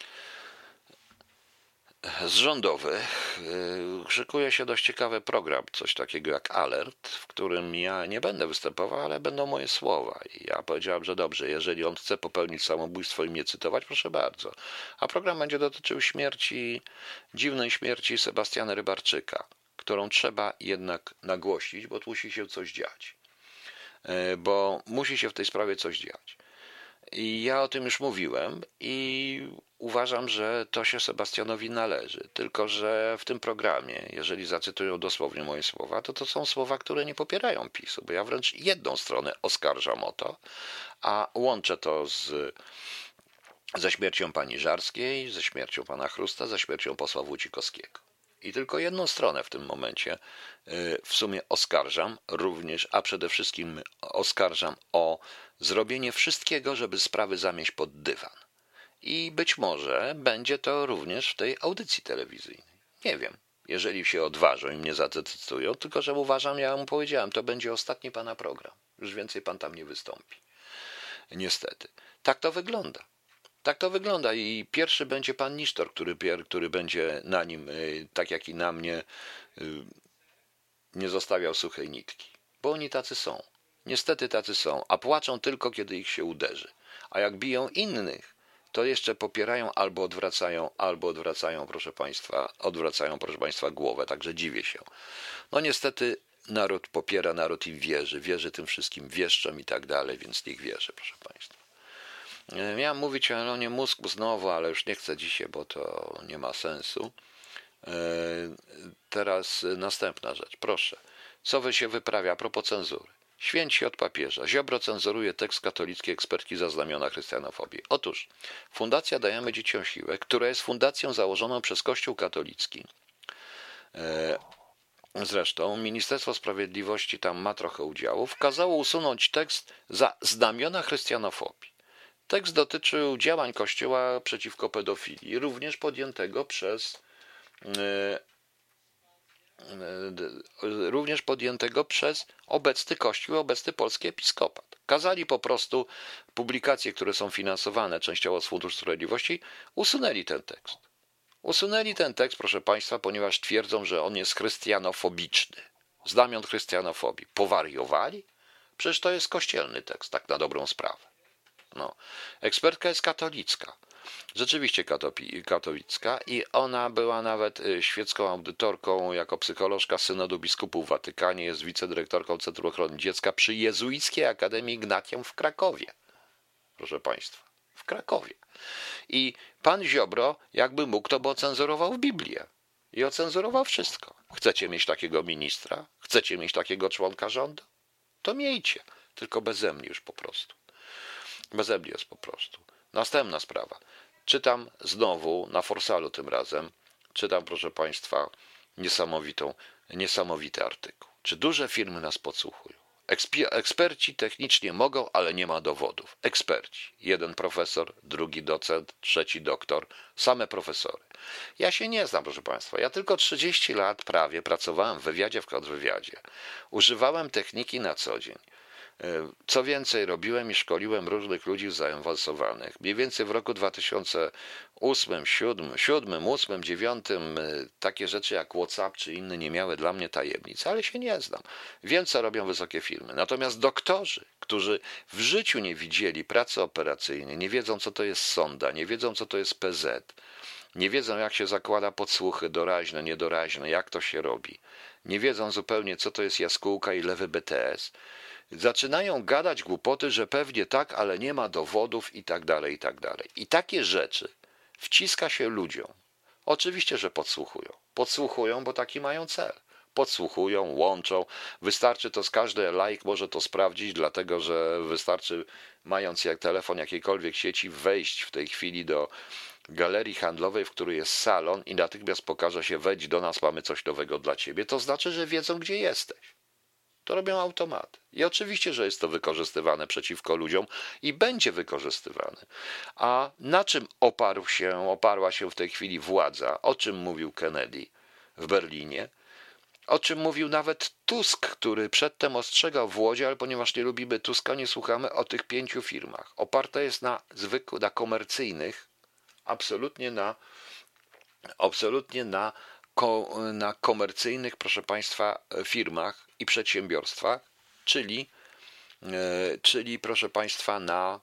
z rządowych. Szykuje się dość ciekawy program, coś takiego jak Alert, w którym ja nie będę występował, ale będą moje słowa. I ja powiedziałem, że dobrze, jeżeli on chce popełnić samobójstwo i mnie cytować, proszę bardzo. A program będzie dotyczył śmierci, dziwnej śmierci Sebastiana Rybarczyka, którą trzeba jednak nagłośnić, bo tu musi się coś dziać. Bo musi się w tej sprawie coś dziać. I ja o tym już mówiłem i uważam, że to się Sebastianowi należy. Tylko że w tym programie, jeżeli zacytują dosłownie moje słowa, to to są słowa, które nie popierają PiSu, bo ja wręcz jedną stronę oskarżam o to, a łączę to z, ze śmiercią pani Żarskiej, ze śmiercią pana Chrusta, ze śmiercią posła Wójcikowskiego. I tylko jedną stronę w tym momencie w sumie oskarżam również, a przede wszystkim oskarżam o zrobienie wszystkiego, żeby sprawy zamieść pod dywan. I być może będzie to również w tej audycji telewizyjnej. Nie wiem, jeżeli się odważą i mnie zadecydują, tylko że uważam, ja mu powiedziałem, to będzie ostatni pana program. Już więcej pan tam nie wystąpi. Niestety. Tak to wygląda. Tak to wygląda i pierwszy będzie pan Nisztor, który, który będzie na nim, tak jak i na mnie, nie zostawiał suchej nitki. Bo oni tacy są. Niestety tacy są, a płaczą tylko, kiedy ich się uderzy. A jak biją innych, to jeszcze popierają albo odwracają, albo odwracają, proszę państwa, odwracają, proszę państwa, głowę, także dziwię się. No niestety naród popiera, naród im wierzy, wierzy tym wszystkim wieszczom i tak dalej, więc niech wierzy, proszę państwa. Miałem mówić o Elonie Musk znowu, ale już nie chcę dzisiaj, bo to nie ma sensu. Teraz następna rzecz, proszę. Co wy się wyprawia a propos cenzury? Święci od papieża. Ziobro cenzuruje tekst katolickiej ekspertki za znamiona chrystianofobii. Otóż Fundacja Dajemy Dzieciom Siłę, która jest fundacją założoną przez Kościół katolicki, zresztą Ministerstwo Sprawiedliwości tam ma trochę udziałów, kazało usunąć tekst za znamiona chrystianofobii. Tekst dotyczył działań Kościoła przeciwko pedofilii, również podjętego przez również podjętego przez obecny Kościół, obecny polski episkopat. Kazali po prostu publikacje, które są finansowane częściowo z Funduszu Sprawiedliwości, usunęli ten tekst. Usunęli ten tekst, proszę państwa, ponieważ twierdzą, że on jest chrystianofobiczny. Znamion chrystianofobii. Powariowali? Przecież to jest kościelny tekst, tak na dobrą sprawę. No. Ekspertka jest katolicka. Rzeczywiście katolicka i ona była nawet świecką audytorką jako psycholożka Synodu Biskupów w Watykanie, jest wicedyrektorką Centrum Ochrony Dziecka przy Jezuickiej Akademii Ignatium w Krakowie. Proszę państwa, w Krakowie. I pan Ziobro, jakby mógł, to by ocenzurował Biblię i ocenzurował wszystko. Chcecie mieć takiego ministra? Chcecie mieć takiego członka rządu? To miejcie, tylko beze mnie już po prostu. Beze mnie jest po prostu. Następna sprawa. Czytam znowu, na Forsalu tym razem, czytam, proszę Państwa, niesamowitą, niesamowity artykuł. Czy duże firmy nas podsłuchują? Ekspi- eksperci technicznie mogą, ale nie ma dowodów. Eksperci. Jeden profesor, drugi docent, trzeci doktor. Same profesory. Ja się nie znam, proszę Państwa. Ja tylko trzydzieści lat prawie pracowałem w wywiadzie, w kontrwywiadzie. Używałem techniki na co dzień. Co więcej, robiłem i szkoliłem różnych ludzi zaawansowanych. Mniej więcej w roku dwa tysiące ósmym, dwa tysiące siódmym, ósmym, dziewiątym takie rzeczy jak WhatsApp czy inne nie miały dla mnie tajemnic, ale się nie znam. Wiem, co robią wysokie firmy. Natomiast doktorzy, którzy w życiu nie widzieli pracy operacyjnej, nie wiedzą, co to jest sonda, nie wiedzą, co to jest P Z, nie wiedzą, jak się zakłada podsłuchy doraźne, niedoraźne, jak to się robi, nie wiedzą zupełnie, co to jest jaskółka i lewy B T S, zaczynają gadać głupoty, że pewnie tak, ale nie ma dowodów i tak dalej, i tak dalej. I takie rzeczy wciska się ludziom. Oczywiście, że podsłuchują. Podsłuchują, bo taki mają cel. Podsłuchują, łączą. Wystarczy to z każdy laik może to sprawdzić, dlatego że wystarczy, mając jak telefon jakiejkolwiek sieci, wejść w tej chwili do galerii handlowej, w której jest salon i natychmiast pokaże się: wejdź do nas, mamy coś nowego dla ciebie. To znaczy, że wiedzą, gdzie jesteś. To robią automaty. I oczywiście, że jest to wykorzystywane przeciwko ludziom i będzie wykorzystywane. A na czym oparł się, oparła się w tej chwili władza? O czym mówił Kennedy w Berlinie? O czym mówił nawet Tusk, który przedtem ostrzegał w Łodzi, ale ponieważ nie lubimy Tuska, nie słuchamy o tych pięciu firmach. Oparte jest na zwykłych, na komercyjnych, absolutnie na, absolutnie na na komercyjnych, proszę Państwa, firmach i przedsiębiorstwach, czyli, czyli proszę Państwa, na,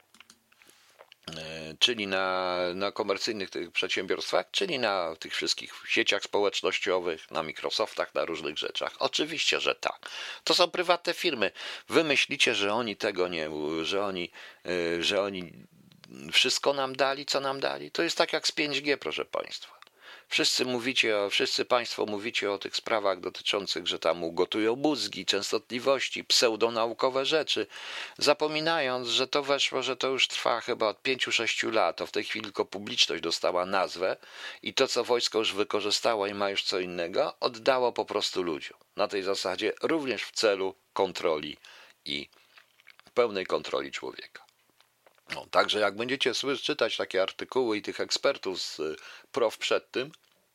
czyli na, na komercyjnych tych przedsiębiorstwach, czyli na tych wszystkich sieciach społecznościowych, na Microsoftach, na różnych rzeczach. Oczywiście, że tak. To są prywatne firmy. Wy myślicie, że oni tego nie, że oni, że oni wszystko nam dali, co nam dali? To jest tak jak z pięć G, proszę Państwa. Wszyscy mówicie, o, wszyscy Państwo mówicie o tych sprawach dotyczących, że tam ugotują mózgi, częstotliwości, pseudonaukowe rzeczy, zapominając, że to weszło, że to już trwa chyba od pięciu sześciu lat, to w tej chwili tylko publiczność dostała nazwę i to, co wojsko już wykorzystało i ma już co innego, oddało po prostu ludziom. Na tej zasadzie również w celu kontroli i pełnej kontroli człowieka. No, także jak będziecie słyszeć, czytać takie artykuły i tych ekspertów z prof przed tym,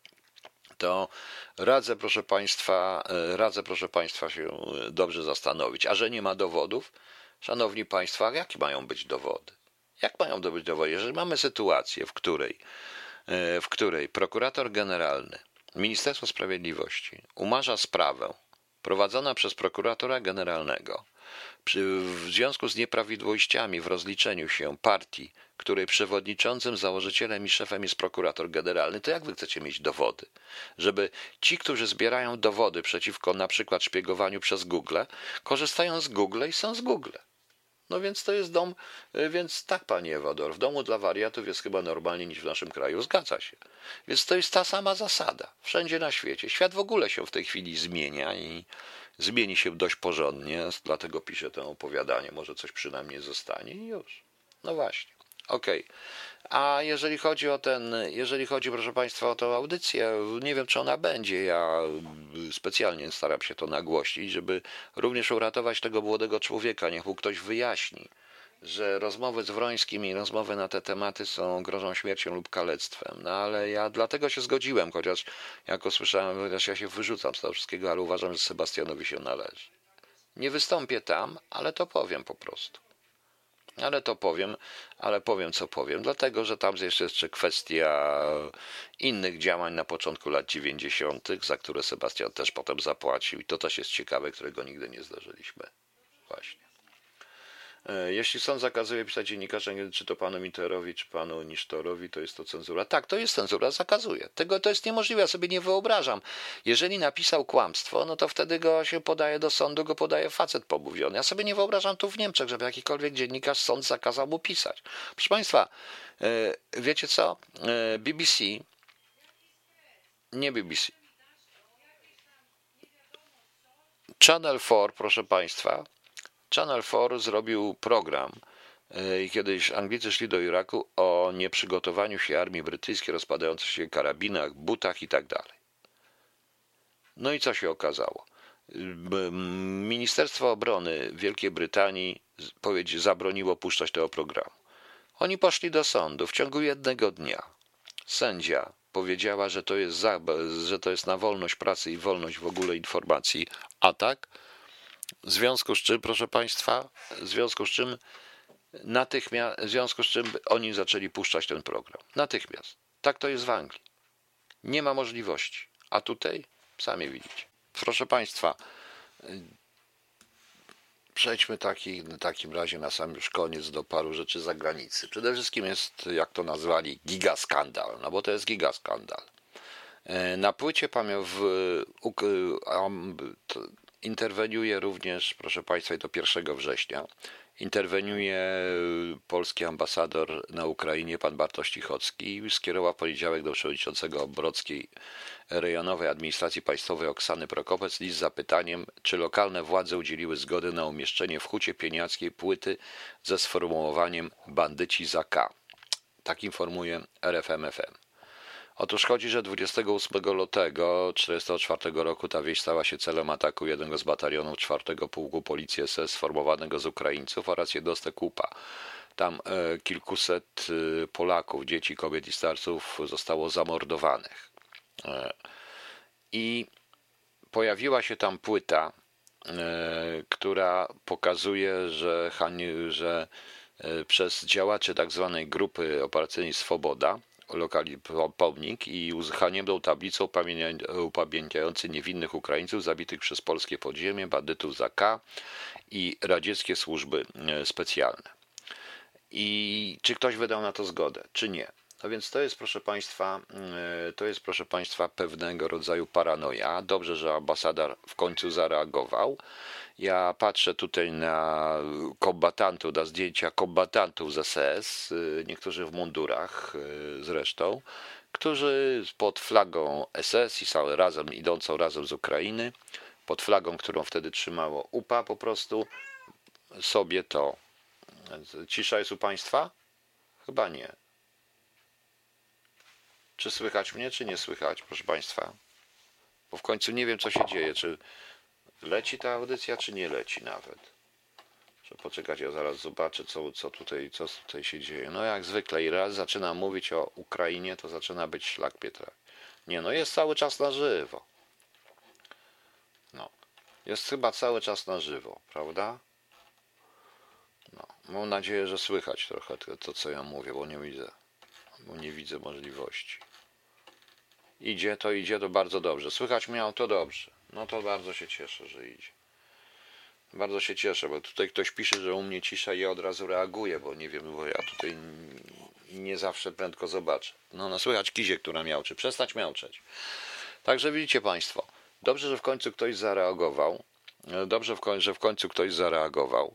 to radzę, proszę Państwa, radzę, proszę Państwa, się dobrze zastanowić. A że nie ma dowodów, szanowni Państwo, jakie mają być dowody? Jak mają być dowody? Jeżeli mamy sytuację, w której, w której prokurator generalny, Ministerstwo Sprawiedliwości umarza sprawę prowadzona przez prokuratora generalnego, w związku z nieprawidłowościami w rozliczeniu się partii, której przewodniczącym, założycielem i szefem jest prokurator generalny, to jak wy chcecie mieć dowody? Żeby ci, którzy zbierają dowody przeciwko na przykład szpiegowaniu przez Google, korzystają z Google i są z Google. No więc to jest dom, więc tak, panie Ewador, w domu dla wariatów jest chyba normalniej niż w naszym kraju, zgadza się. Więc to jest ta sama zasada, wszędzie na świecie. Świat w ogóle się w tej chwili zmienia i zmieni się dość porządnie, dlatego piszę to opowiadanie, może coś przynajmniej zostanie i już. No właśnie, okej. Okay. A jeżeli chodzi o ten, jeżeli chodzi, proszę Państwa, o tę audycję, nie wiem, czy ona będzie, ja specjalnie staram się to nagłośnić, żeby również uratować tego młodego człowieka, niech mu ktoś wyjaśni, że rozmowy z Wrońskim i rozmowy na te tematy są grożą śmiercią lub kalectwem. No ale ja dlatego się zgodziłem, chociaż jako słyszałem, chociaż ja się wyrzucam z tego wszystkiego, ale uważam, że Sebastianowi się należy. Nie wystąpię tam, ale to powiem po prostu. Ale to powiem, ale powiem co powiem, dlatego że tam jest jeszcze kwestia innych działań na początku lat dziewięćdziesiątych, za które Sebastian też potem zapłacił i to też jest ciekawe, którego nigdy nie zdarzyliśmy. Właśnie. Jeśli sąd zakazuje pisać dziennikarzom, czy to panu Mitterowi, czy panu Nisztorowi, to jest to cenzura. Tak, to jest cenzura, zakazuje. Tego to jest niemożliwe, ja sobie nie wyobrażam. Jeżeli napisał kłamstwo, no to wtedy go się podaje do sądu, go podaje facet pomówiony. Ja sobie nie wyobrażam tu w Niemczech, żeby jakikolwiek dziennikarz sąd zakazał mu pisać. Proszę Państwa, wiecie co? B B C, nie B B C, Channel cztery, proszę Państwa, Channel cztery zrobił program I kiedyś Anglicy szli do Iraku o nieprzygotowaniu się armii brytyjskiej, rozpadających się karabinach, butach i tak dalej. No i co się okazało? Ministerstwo Obrony Wielkiej Brytanii zabroniło puszczać tego programu. Oni poszli do sądu w ciągu jednego dnia. Sędzia powiedziała, że to jest, za, że to jest na wolność pracy i wolność w ogóle informacji atak. W związku z czym, proszę Państwa, w związku z czym natychmiast, w związku z czym oni zaczęli puszczać ten program. Natychmiast. Tak to jest w Anglii. Nie ma możliwości. A tutaj sami widzicie. Proszę Państwa, przejdźmy taki, w takim razie na sam już koniec do paru rzeczy z zagranicy. Przede wszystkim jest, jak to nazwali, gigaskandal, no bo to jest gigaskandal. Na płycie pamięć w, um, interweniuje również, proszę Państwa, i do pierwszego września, interweniuje polski ambasador na Ukrainie, pan Bartosz Cichocki, i skierował w poniedziałek do przewodniczącego Brockiej Rejonowej Administracji Państwowej Oksany Prokopec list z zapytaniem, czy lokalne władze udzieliły zgody na umieszczenie w Hucie Pieniackiej płyty ze sformułowaniem bandyci za K. Tak informuje R F M F M. Otóż chodzi, że dwudziestego ósmego lutego tysiąc dziewięćset czterdziestego czwartego roku ta wieś stała się celem ataku jednego z batalionów czwartego Pułku Policji S S sformowanego z Ukraińców oraz jednostek U P A. Tam e, kilkuset e, Polaków, dzieci, kobiet i starców zostało zamordowanych. E, I pojawiła się tam płyta, e, która pokazuje, że, że e, przez działaczy tak zwanej grupy operacyjnej Swoboda lokali pomnik i haniebną tablicą upamiętniający niewinnych Ukraińców zabitych przez polskie podziemie, bandytów za K i radzieckie służby specjalne. I czy ktoś wydał na to zgodę, czy nie? No więc to jest, proszę Państwa, to jest, proszę Państwa, pewnego rodzaju paranoja. Dobrze, że ambasador w końcu zareagował. Ja patrzę tutaj na kombatantów, na zdjęcia kombatantów z S S, niektórzy w mundurach zresztą, którzy pod flagą S S i są razem, idącą razem z Ukrainy, pod flagą, którą wtedy trzymało U P A, po prostu sobie to. Cisza jest u Państwa? Chyba nie. Czy słychać mnie, czy nie słychać, proszę Państwa? Bo w końcu nie wiem, co się dzieje, czy leci ta audycja, czy nie leci nawet. Muszę poczekać, ja zaraz zobaczę, co, co, tutaj, co tutaj się dzieje. No jak zwykle, i raz zaczynam mówić o Ukrainie, to zaczyna być szlak Pietra. Nie, no jest cały czas na żywo. No, jest chyba cały czas na żywo, prawda? No, mam nadzieję, że słychać trochę to, to co ja mówię, bo nie widzę, bo nie widzę możliwości. Idzie, to idzie, to bardzo dobrze. Słychać miał, to dobrze. No to bardzo się cieszę, że idzie. Bardzo się cieszę, bo tutaj ktoś pisze, że u mnie cisza i ja od razu reaguję, bo nie wiem, bo ja tutaj nie zawsze prędko zobaczę. No, no słychać Kizie, która miałczy. Przestać miałczeć. Także widzicie Państwo, dobrze, że w końcu ktoś zareagował. Dobrze, że w końcu ktoś zareagował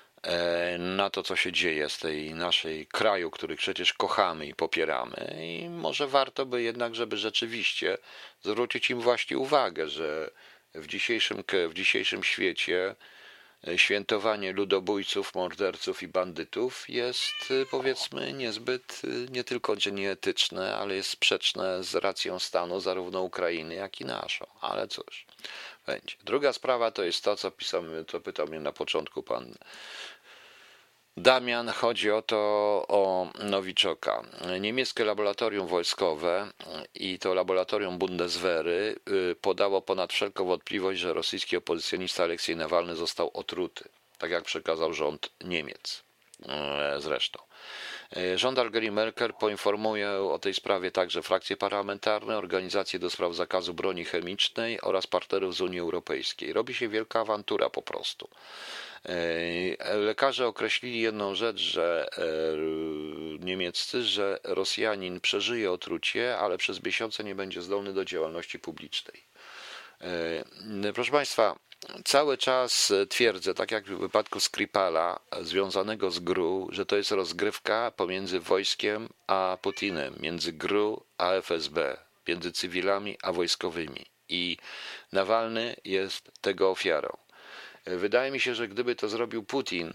na to, co się dzieje z tej naszej kraju, który przecież kochamy i popieramy, i może warto by jednak, żeby rzeczywiście zwrócić im właśnie uwagę, że w dzisiejszym, w dzisiejszym świecie świętowanie ludobójców, morderców i bandytów jest, powiedzmy, niezbyt, nie tylko że nieetyczne, ale jest sprzeczne z racją stanu zarówno Ukrainy, jak i naszą. Ale cóż, będzie. Druga sprawa to jest to, co pisał, co pytał mnie na początku pan Damian. Chodzi o to, o Nowiczoka. Niemieckie laboratorium wojskowe i to laboratorium Bundeswehry podało ponad wszelką wątpliwość, że rosyjski opozycjonista Aleksiej Nawalny został otruty, tak jak przekazał rząd Niemiec zresztą. Rząd Angeli Merkel poinformuje o tej sprawie także frakcje parlamentarne, organizacje do spraw zakazu broni chemicznej oraz partnerów z Unii Europejskiej. Robi się wielka awantura po prostu. Lekarze określili jedną rzecz, że niemieccy, że Rosjanin przeżyje otrucie, ale przez miesiące nie będzie zdolny do działalności publicznej. Proszę Państwa, cały czas twierdzę, tak jak w wypadku Skripala związanego z G R U, że to jest rozgrywka pomiędzy wojskiem a Putinem, między G R U a F S B, między cywilami a wojskowymi. I Nawalny jest tego ofiarą. Wydaje mi się, że gdyby to zrobił Putin,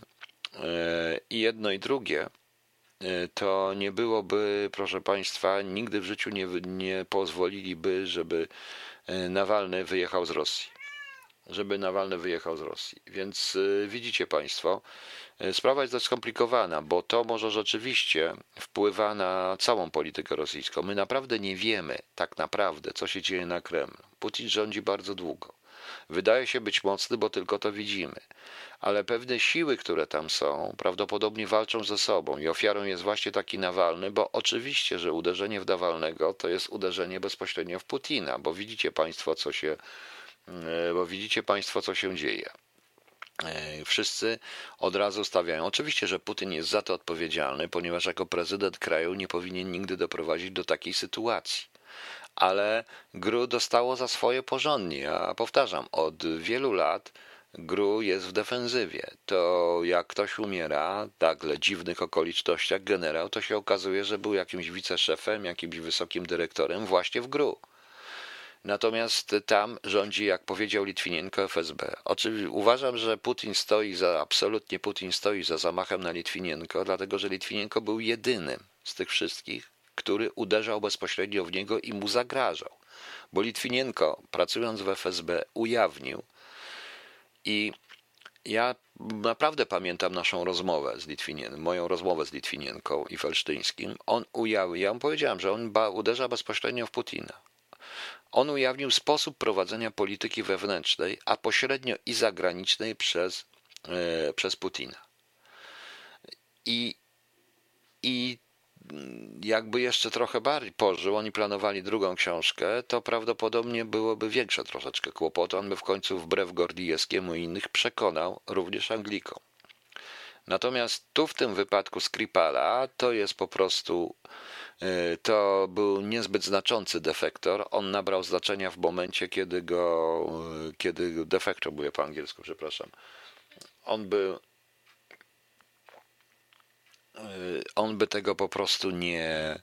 i jedno i drugie, to nie byłoby, proszę Państwa, nigdy w życiu nie, nie pozwoliliby, żeby Nawalny wyjechał z Rosji. Żeby Nawalny wyjechał z Rosji. Więc widzicie Państwo, sprawa jest dość skomplikowana, bo to może rzeczywiście wpływa na całą politykę rosyjską. My naprawdę nie wiemy, tak naprawdę, co się dzieje na Kremlu. Putin rządzi bardzo długo. Wydaje się być mocny, bo tylko to widzimy. Ale pewne siły, które tam są, prawdopodobnie walczą ze sobą i ofiarą jest właśnie taki Nawalny, bo oczywiście, że uderzenie w Nawalnego to jest uderzenie bezpośrednio w Putina, bo widzicie Państwo, co się, bo widzicie Państwo, co się dzieje. Wszyscy od razu stawiają. Oczywiście, że Putin jest za to odpowiedzialny, ponieważ jako prezydent kraju nie powinien nigdy doprowadzić do takiej sytuacji. Ale G R U dostało za swoje porządnie. Ja powtarzam, od wielu lat G R U jest w defensywie. To jak ktoś umiera w takle dziwnych okolicznościach, generał, to się okazuje, że był jakimś wiceszefem, jakimś wysokim dyrektorem właśnie w G R U. Natomiast tam rządzi, jak powiedział Litwinienko, F S B. Oczywiście uważam, że Putin stoi za, absolutnie Putin stoi za zamachem na Litwinienko, dlatego że Litwinienko był jedynym z tych wszystkich, który uderzał bezpośrednio w niego i mu zagrażał. Bo Litwinienko, pracując w F S B, ujawnił i ja naprawdę pamiętam naszą rozmowę z Litwinienką, moją rozmowę z Litwinienką i Felsztyńskim. On ujawnił, ja mu powiedziałem, że on ba, uderza bezpośrednio w Putina. On ujawnił sposób prowadzenia polityki wewnętrznej, a pośrednio i zagranicznej przez, e, przez Putina. I, i jakby jeszcze trochę bardziej pożył, oni planowali drugą książkę, to prawdopodobnie byłoby większe troszeczkę kłopoty. On by w końcu wbrew Gordijewskiemu i innych przekonał również Anglikom. Natomiast tu w tym wypadku Skripala to jest po prostu, to był niezbyt znaczący defektor. On nabrał znaczenia w momencie, kiedy go, kiedy defektor, mówię po angielsku, przepraszam. On by on by tego po prostu nie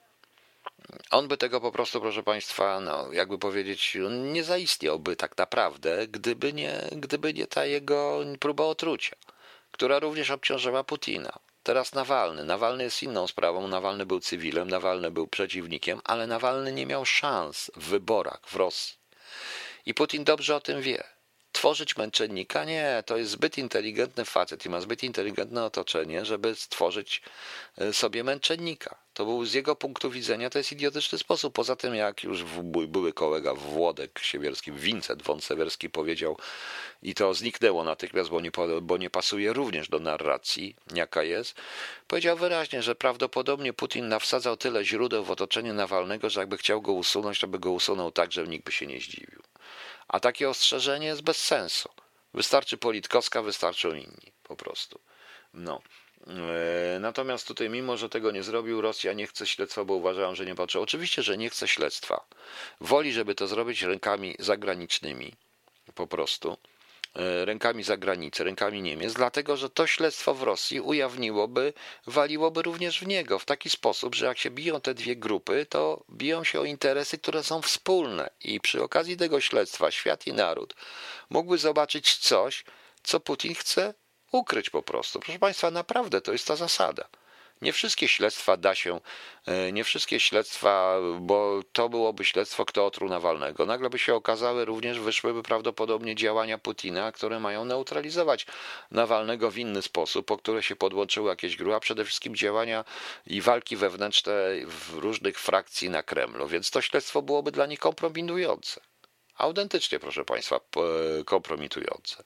on by tego po prostu, proszę Państwa, no jakby powiedzieć, on nie zaistniałby tak naprawdę, gdyby nie, gdyby nie ta jego próba otrucia, która również obciążyła Putina. Teraz Nawalny. Nawalny jest inną sprawą. Nawalny był cywilem, Nawalny był przeciwnikiem, ale Nawalny nie miał szans w wyborach w Rosji. I Putin dobrze o tym wie. Tworzyć męczennika? Nie, to jest zbyt inteligentny facet i ma zbyt inteligentne otoczenie, żeby stworzyć sobie męczennika. To był z jego punktu widzenia, to jest idiotyczny sposób. Poza tym, jak już mój były kolega Włodek Siewierski, Wincent von Sewerski powiedział, i to zniknęło natychmiast, bo nie, bo nie pasuje również do narracji, jaka jest, powiedział wyraźnie, że prawdopodobnie Putin nawsadzał tyle źródeł w otoczeniu Nawalnego, że jakby chciał go usunąć, to by go usunął tak, że nikt by się nie zdziwił. A takie ostrzeżenie jest bez sensu. Wystarczy Politkowska, wystarczą inni po prostu. No. Natomiast tutaj, mimo że tego nie zrobił, Rosja nie chce śledztwa, bo uważają, że nie patrzy. Oczywiście, że nie chce śledztwa. Woli, żeby to zrobić rękami zagranicznymi, po prostu. Rękami zagranicy, rękami Niemiec, dlatego że to śledztwo w Rosji ujawniłoby, waliłoby również w niego w taki sposób, że jak się biją te dwie grupy, to biją się o interesy, które są wspólne i przy okazji tego śledztwa świat i naród mógłby zobaczyć coś, co Putin chce ukryć po prostu. Proszę Państwa, naprawdę to jest ta zasada. Nie wszystkie śledztwa da się, nie wszystkie śledztwa, bo to byłoby śledztwo, kto otruł Nawalnego. Nagle by się okazały, również wyszłyby prawdopodobnie działania Putina, które mają neutralizować Nawalnego w inny sposób, po które się podłączyły jakieś gry, a przede wszystkim działania i walki wewnętrzne w różnych frakcji na Kremlu. Więc to śledztwo byłoby dla nich kompromitujące. Autentycznie, proszę Państwa, kompromitujące.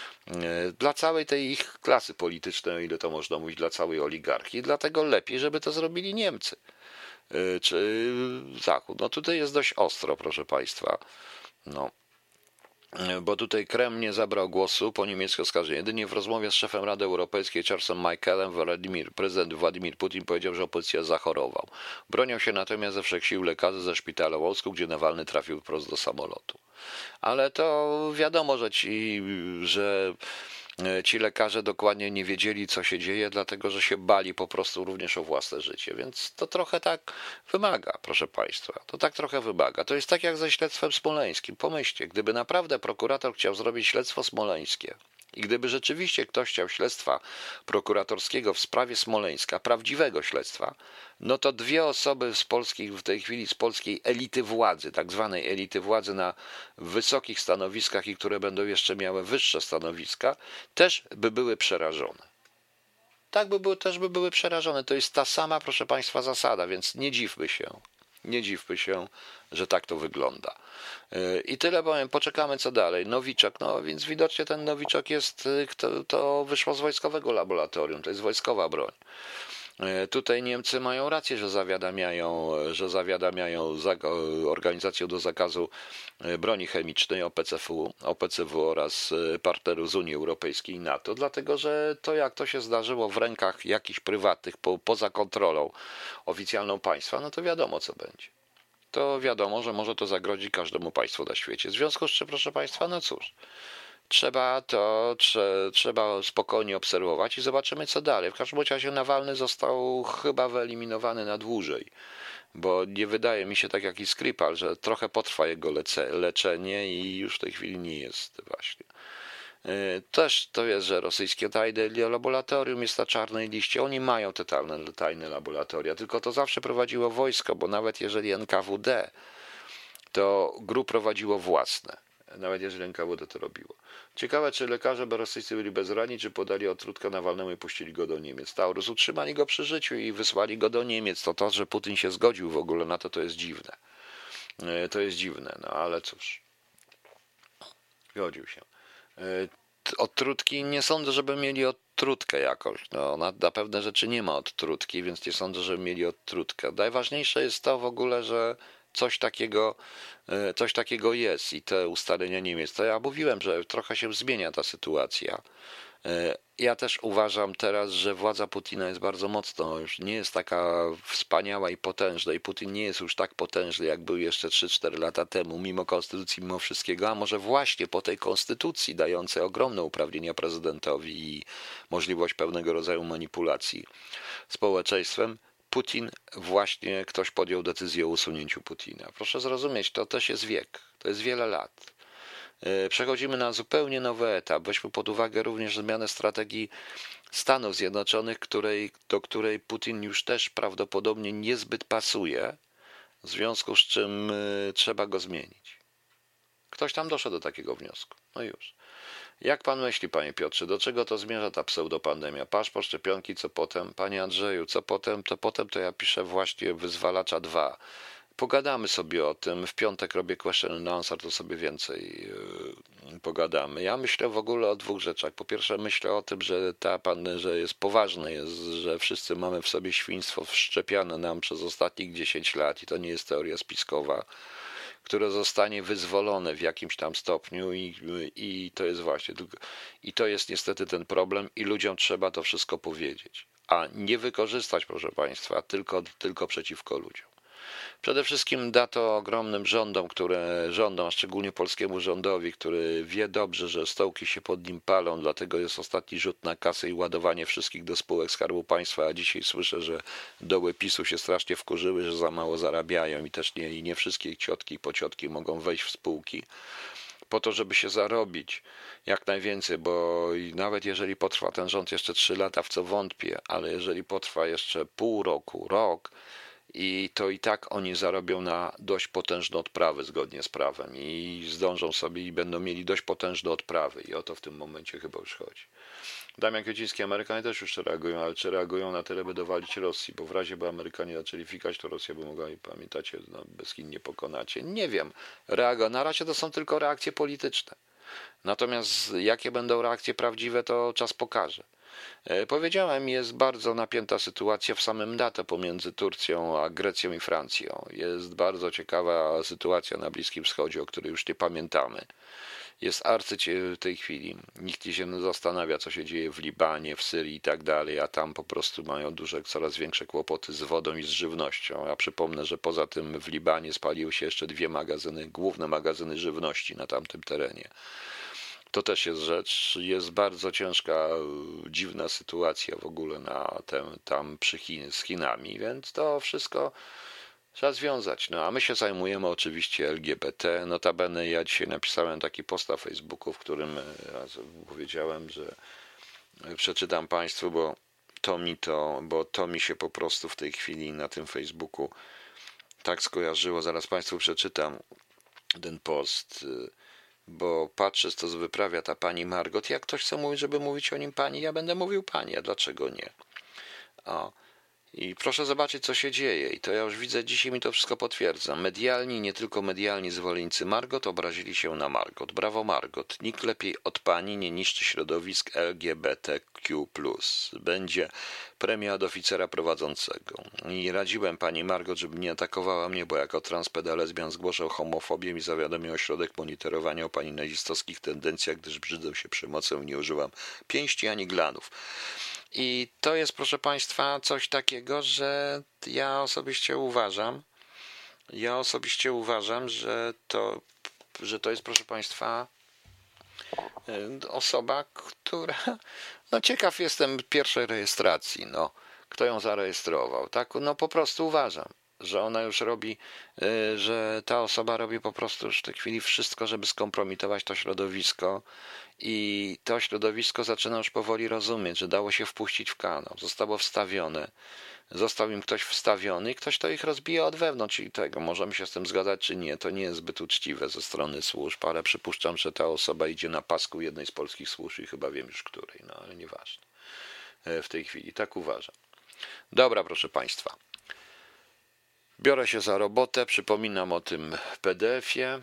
Dla całej tej ich klasy politycznej, o ile to można mówić, dla całej oligarchii, dlatego lepiej, żeby to zrobili Niemcy czy Zachód. No tutaj jest dość ostro, proszę Państwa. No. Bo tutaj Kreml nie zabrał głosu po niemiecku oskarżeniu. Jedynie w rozmowie z szefem Rady Europejskiej Charlesem Michaelem Władimir, prezydent Władimir Putin powiedział, że opozycja zachorował. Bronią się natomiast ze wszech sił lekarze ze szpitala w Łódzku, gdzie Nawalny trafił wprost do samolotu. Ale to wiadomo, że ci, że ci lekarze dokładnie nie wiedzieli, co się dzieje, dlatego że się bali po prostu również o własne życie. Więc to trochę tak wymaga, proszę Państwa. To tak trochę wymaga. To jest tak jak ze śledztwem smoleńskim. Pomyślcie, gdyby naprawdę prokurator chciał zrobić śledztwo smoleńskie I gdyby rzeczywiście ktoś chciał śledztwa prokuratorskiego w sprawie Smoleńska, prawdziwego śledztwa, no to dwie osoby z polskich, w tej chwili z polskiej elity władzy, tak zwanej elity władzy na wysokich stanowiskach i które będą jeszcze miały wyższe stanowiska, też by były przerażone. Tak by były, też by były przerażone. To jest ta sama, proszę Państwa, zasada, więc nie dziwmy się. Nie dziwmy się, że tak to wygląda. I tyle powiem, poczekamy co dalej. Nowiczok, no więc widocznie ten nowiczok jest, to, to wyszło z wojskowego laboratorium, to jest wojskowa broń. Tutaj Niemcy mają rację, że zawiadamiają, że zawiadamiają Organizację do Zakazu Broni Chemicznej O P C W, O P C W oraz partnerów z Unii Europejskiej i NATO, dlatego że to jak to się zdarzyło w rękach jakichś prywatnych, po, poza kontrolą oficjalną państwa, no to wiadomo co będzie. To wiadomo, że może to zagrozić każdemu państwu na świecie. W związku z czym, proszę Państwa, no cóż, trzeba to, trze, trzeba spokojnie obserwować i zobaczymy co dalej. W każdym razie Nawalny został chyba wyeliminowany na dłużej, bo nie wydaje mi się tak jak i Skripal, że trochę potrwa jego lece, leczenie i już w tej chwili nie jest właśnie. Też to jest, że rosyjskie tajne laboratorium jest na czarnej liście. Oni mają te tajne, tajne laboratoria, tylko to zawsze prowadziło wojsko, bo nawet jeżeli N K W D, to G R U prowadziło własne. Nawet jeżeli N K W D to robiło. Ciekawe, czy lekarze rosyjscy byli bezranni, czy podali otrutkę Nawalnemu i puścili go do Niemiec. Taurus utrzymali go przy życiu i wysłali go do Niemiec. To to, że Putin się zgodził w ogóle na to, to jest dziwne. To jest dziwne, no ale cóż. Zgodził się. Odtrutki nie sądzę, żeby mieli odtrutkę jakoś. No, na, na pewne rzeczy nie ma odtrutki, więc nie sądzę, żeby mieli odtrutkę. Najważniejsze jest to w ogóle, że coś takiego, coś takiego jest i te ustalenia Niemiec. To ja mówiłem, że trochę się zmienia ta sytuacja. Ja też uważam teraz, że władza Putina jest bardzo mocno, już nie jest taka wspaniała i potężna i Putin nie jest już tak potężny, jak był jeszcze trzy cztery lata temu, mimo konstytucji, mimo wszystkiego, a może właśnie po tej konstytucji dającej ogromne uprawnienia prezydentowi i możliwość pewnego rodzaju manipulacji społeczeństwem, Putin, właśnie ktoś podjął decyzję o usunięciu Putina. Proszę zrozumieć, to też jest wiek, to jest wiele lat. Przechodzimy na zupełnie nowy etap. Weźmy pod uwagę również zmianę strategii Stanów Zjednoczonych, której, do której Putin już też prawdopodobnie niezbyt pasuje, w związku z czym trzeba go zmienić. Ktoś tam doszedł do takiego wniosku. No już. Jak pan myśli, panie Piotrze, do czego to zmierza ta pseudopandemia? Paszport, szczepionki, co potem? Panie Andrzeju, co potem? To potem to ja piszę właśnie Wyzwalacza dwa. Pogadamy sobie o tym. W piątek robię question and answer, to sobie więcej yy, pogadamy. Ja myślę w ogóle o dwóch rzeczach. Po pierwsze myślę o tym, że ta pan, że jest poważne, jest, że wszyscy mamy w sobie świństwo wszczepiane nam przez ostatnich dziesięć lat i to nie jest teoria spiskowa, które zostanie wyzwolone w jakimś tam stopniu i, i to jest właśnie, i to jest niestety ten problem i ludziom trzeba to wszystko powiedzieć, a nie wykorzystać, proszę Państwa, tylko, tylko przeciwko ludziom. Przede wszystkim da to ogromnym rządom, które rządom, a szczególnie polskiemu rządowi, który wie dobrze, że stołki się pod nim palą, dlatego jest ostatni rzut na kasę i ładowanie wszystkich do spółek Skarbu Państwa, a dzisiaj słyszę, że doły PiSu się strasznie wkurzyły, że za mało zarabiają i też nie, i nie wszystkie ciotki i pociotki mogą wejść w spółki po to, żeby się zarobić jak najwięcej, bo nawet jeżeli potrwa ten rząd jeszcze trzy lata, w co wątpię, ale jeżeli potrwa jeszcze pół roku, rok, i to i tak oni zarobią na dość potężne odprawy zgodnie z prawem i zdążą sobie i będą mieli dość potężne odprawy i o to w tym momencie chyba już chodzi. Damian Kwieciński, Amerykanie też już reagują, ale czy reagują na tyle, by dowalić Rosji, bo w razie, by Amerykanie zaczęli fikać, to Rosja by mogła, i pamiętacie, no, bez Chin nie pokonacie. Nie wiem, reago, na razie to są tylko reakcje polityczne. Natomiast jakie będą reakcje prawdziwe, to czas pokaże. Powiedziałem, jest bardzo napięta sytuacja w samym NATO pomiędzy Turcją a Grecją i Francją. Jest bardzo ciekawa sytuacja na Bliskim Wschodzie, o której już nie pamiętamy. Jest arcycie w tej chwili. Nikt się nie zastanawia, co się dzieje w Libanie, w Syrii i tak dalej, a tam po prostu mają duże, coraz większe kłopoty z wodą i z żywnością. Ja przypomnę, że poza tym w Libanie spaliły się jeszcze dwie magazyny, główne magazyny żywności na tamtym terenie. To też jest rzecz, jest bardzo ciężka, dziwna sytuacja w ogóle na tem, tam przy Chin, z Chinami, więc to wszystko Trzeba związać. No a my się zajmujemy oczywiście L G B T. Notabene ja dzisiaj napisałem taki post na Facebooku, w którym powiedziałem, że przeczytam Państwu, bo to mi to, bo to mi się po prostu w tej chwili na tym Facebooku tak skojarzyło. Zaraz Państwu przeczytam ten post, bo patrzę, co wyprawia ta pani Margot. Jak ktoś chce mówić, żeby mówić o nim pani, ja będę mówił pani, a dlaczego nie? O. I proszę zobaczyć, co się dzieje. I to ja już widzę, dzisiaj mi to wszystko potwierdza. Medialni, nie tylko medialni zwolennicy Margot obrazili się na Margot. Brawo Margot. Nikt lepiej od pani nie niszczy środowisk L G B T Q plus. Będzie premia od oficera prowadzącego. I radziłem pani Margot, żeby nie atakowała mnie, bo jako transpeda lesbian zgłaszał homofobię i zawiadomił ośrodek monitorowania o pani nazistowskich tendencjach, gdyż brzydzę się przemocą i nie używam pięści ani glanów. I to jest, proszę Państwa, coś takiego, że ja osobiście uważam, ja osobiście uważam, że to, że to jest, proszę Państwa, osoba, która, no ciekaw jestem pierwszej rejestracji, no, kto ją zarejestrował, tak, no po prostu uważam, że ona już robi, że ta osoba robi po prostu już w tej chwili wszystko, żeby skompromitować to środowisko i to środowisko zaczyna już powoli rozumieć, że dało się wpuścić w kanał, zostało wstawione, został im ktoś wstawiony i ktoś to ich rozbija od wewnątrz i tego, możemy się z tym zgadzać czy nie, to nie jest zbyt uczciwe ze strony służb, ale przypuszczam, że ta osoba idzie na pasku jednej z polskich służb i chyba wiem już której, no ale nieważne w tej chwili, tak uważam. Dobra, proszę Państwa. Biorę się za robotę, przypominam o tym P D F-ie,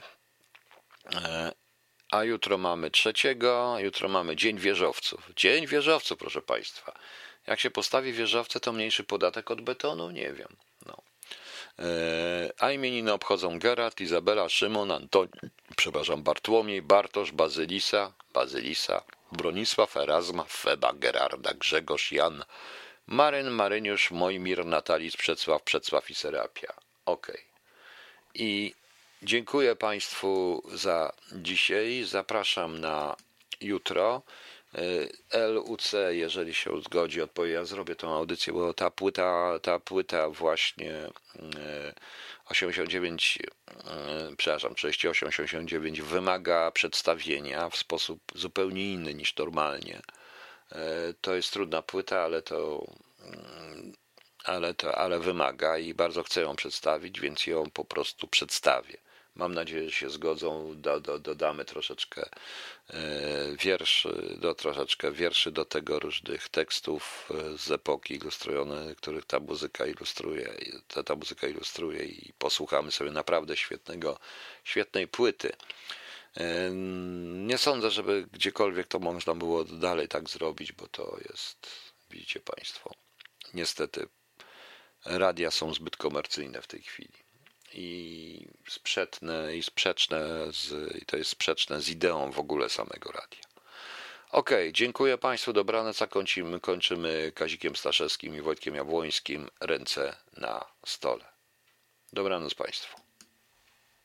a jutro mamy trzeciego, jutro mamy Dzień Wieżowców. Dzień Wieżowców, proszę Państwa. Jak się postawi wieżowce, to mniejszy podatek od betonu? Nie wiem. No. A imieniny obchodzą Gerard, Izabela, Szymon, Antoni, przepraszam, Bartłomiej, Bartosz, Bazylisa, Bazylisa, Bronisław, Erasma, Feba, Gerarda, Grzegorz, Jan, Maryn, Maryniusz, Mojmir, Natalis, Przecław, Przecław i Serapia. Okej. Okay. I dziękuję Państwu za dzisiaj. Zapraszam na jutro. L U C, jeżeli się zgodzi, odpowie, ja zrobię tą audycję, bo ta płyta, ta płyta właśnie osiemdziesiąt dziewięć, przepraszam, trzydzieści osiem osiemdziesiąt dziewięć wymaga przedstawienia w sposób zupełnie inny niż normalnie. To jest trudna płyta, ale to, ale to, ale wymaga i bardzo chcę ją przedstawić, więc ją po prostu przedstawię. Mam nadzieję, że się zgodzą, do, do, dodamy troszeczkę wierszy, do, troszeczkę wierszy do tego, różnych tekstów z epoki ilustrujonej, których ta muzyka ilustruje, ta, ta muzyka ilustruje i posłuchamy sobie naprawdę świetnego, świetnej płyty. Nie sądzę, żeby gdziekolwiek to można było dalej tak zrobić, bo to jest, widzicie Państwo, niestety radia są zbyt komercyjne w tej chwili. I sprzeczne, i sprzeczne z, i to jest sprzeczne z ideą w ogóle samego radia. Okej, okay, dziękuję Państwu, dobranoc, a kończymy, kończymy Kazikiem Staszewskim i Wojtkiem Jabłońskim, ręce na stole. Dobranoc Państwu.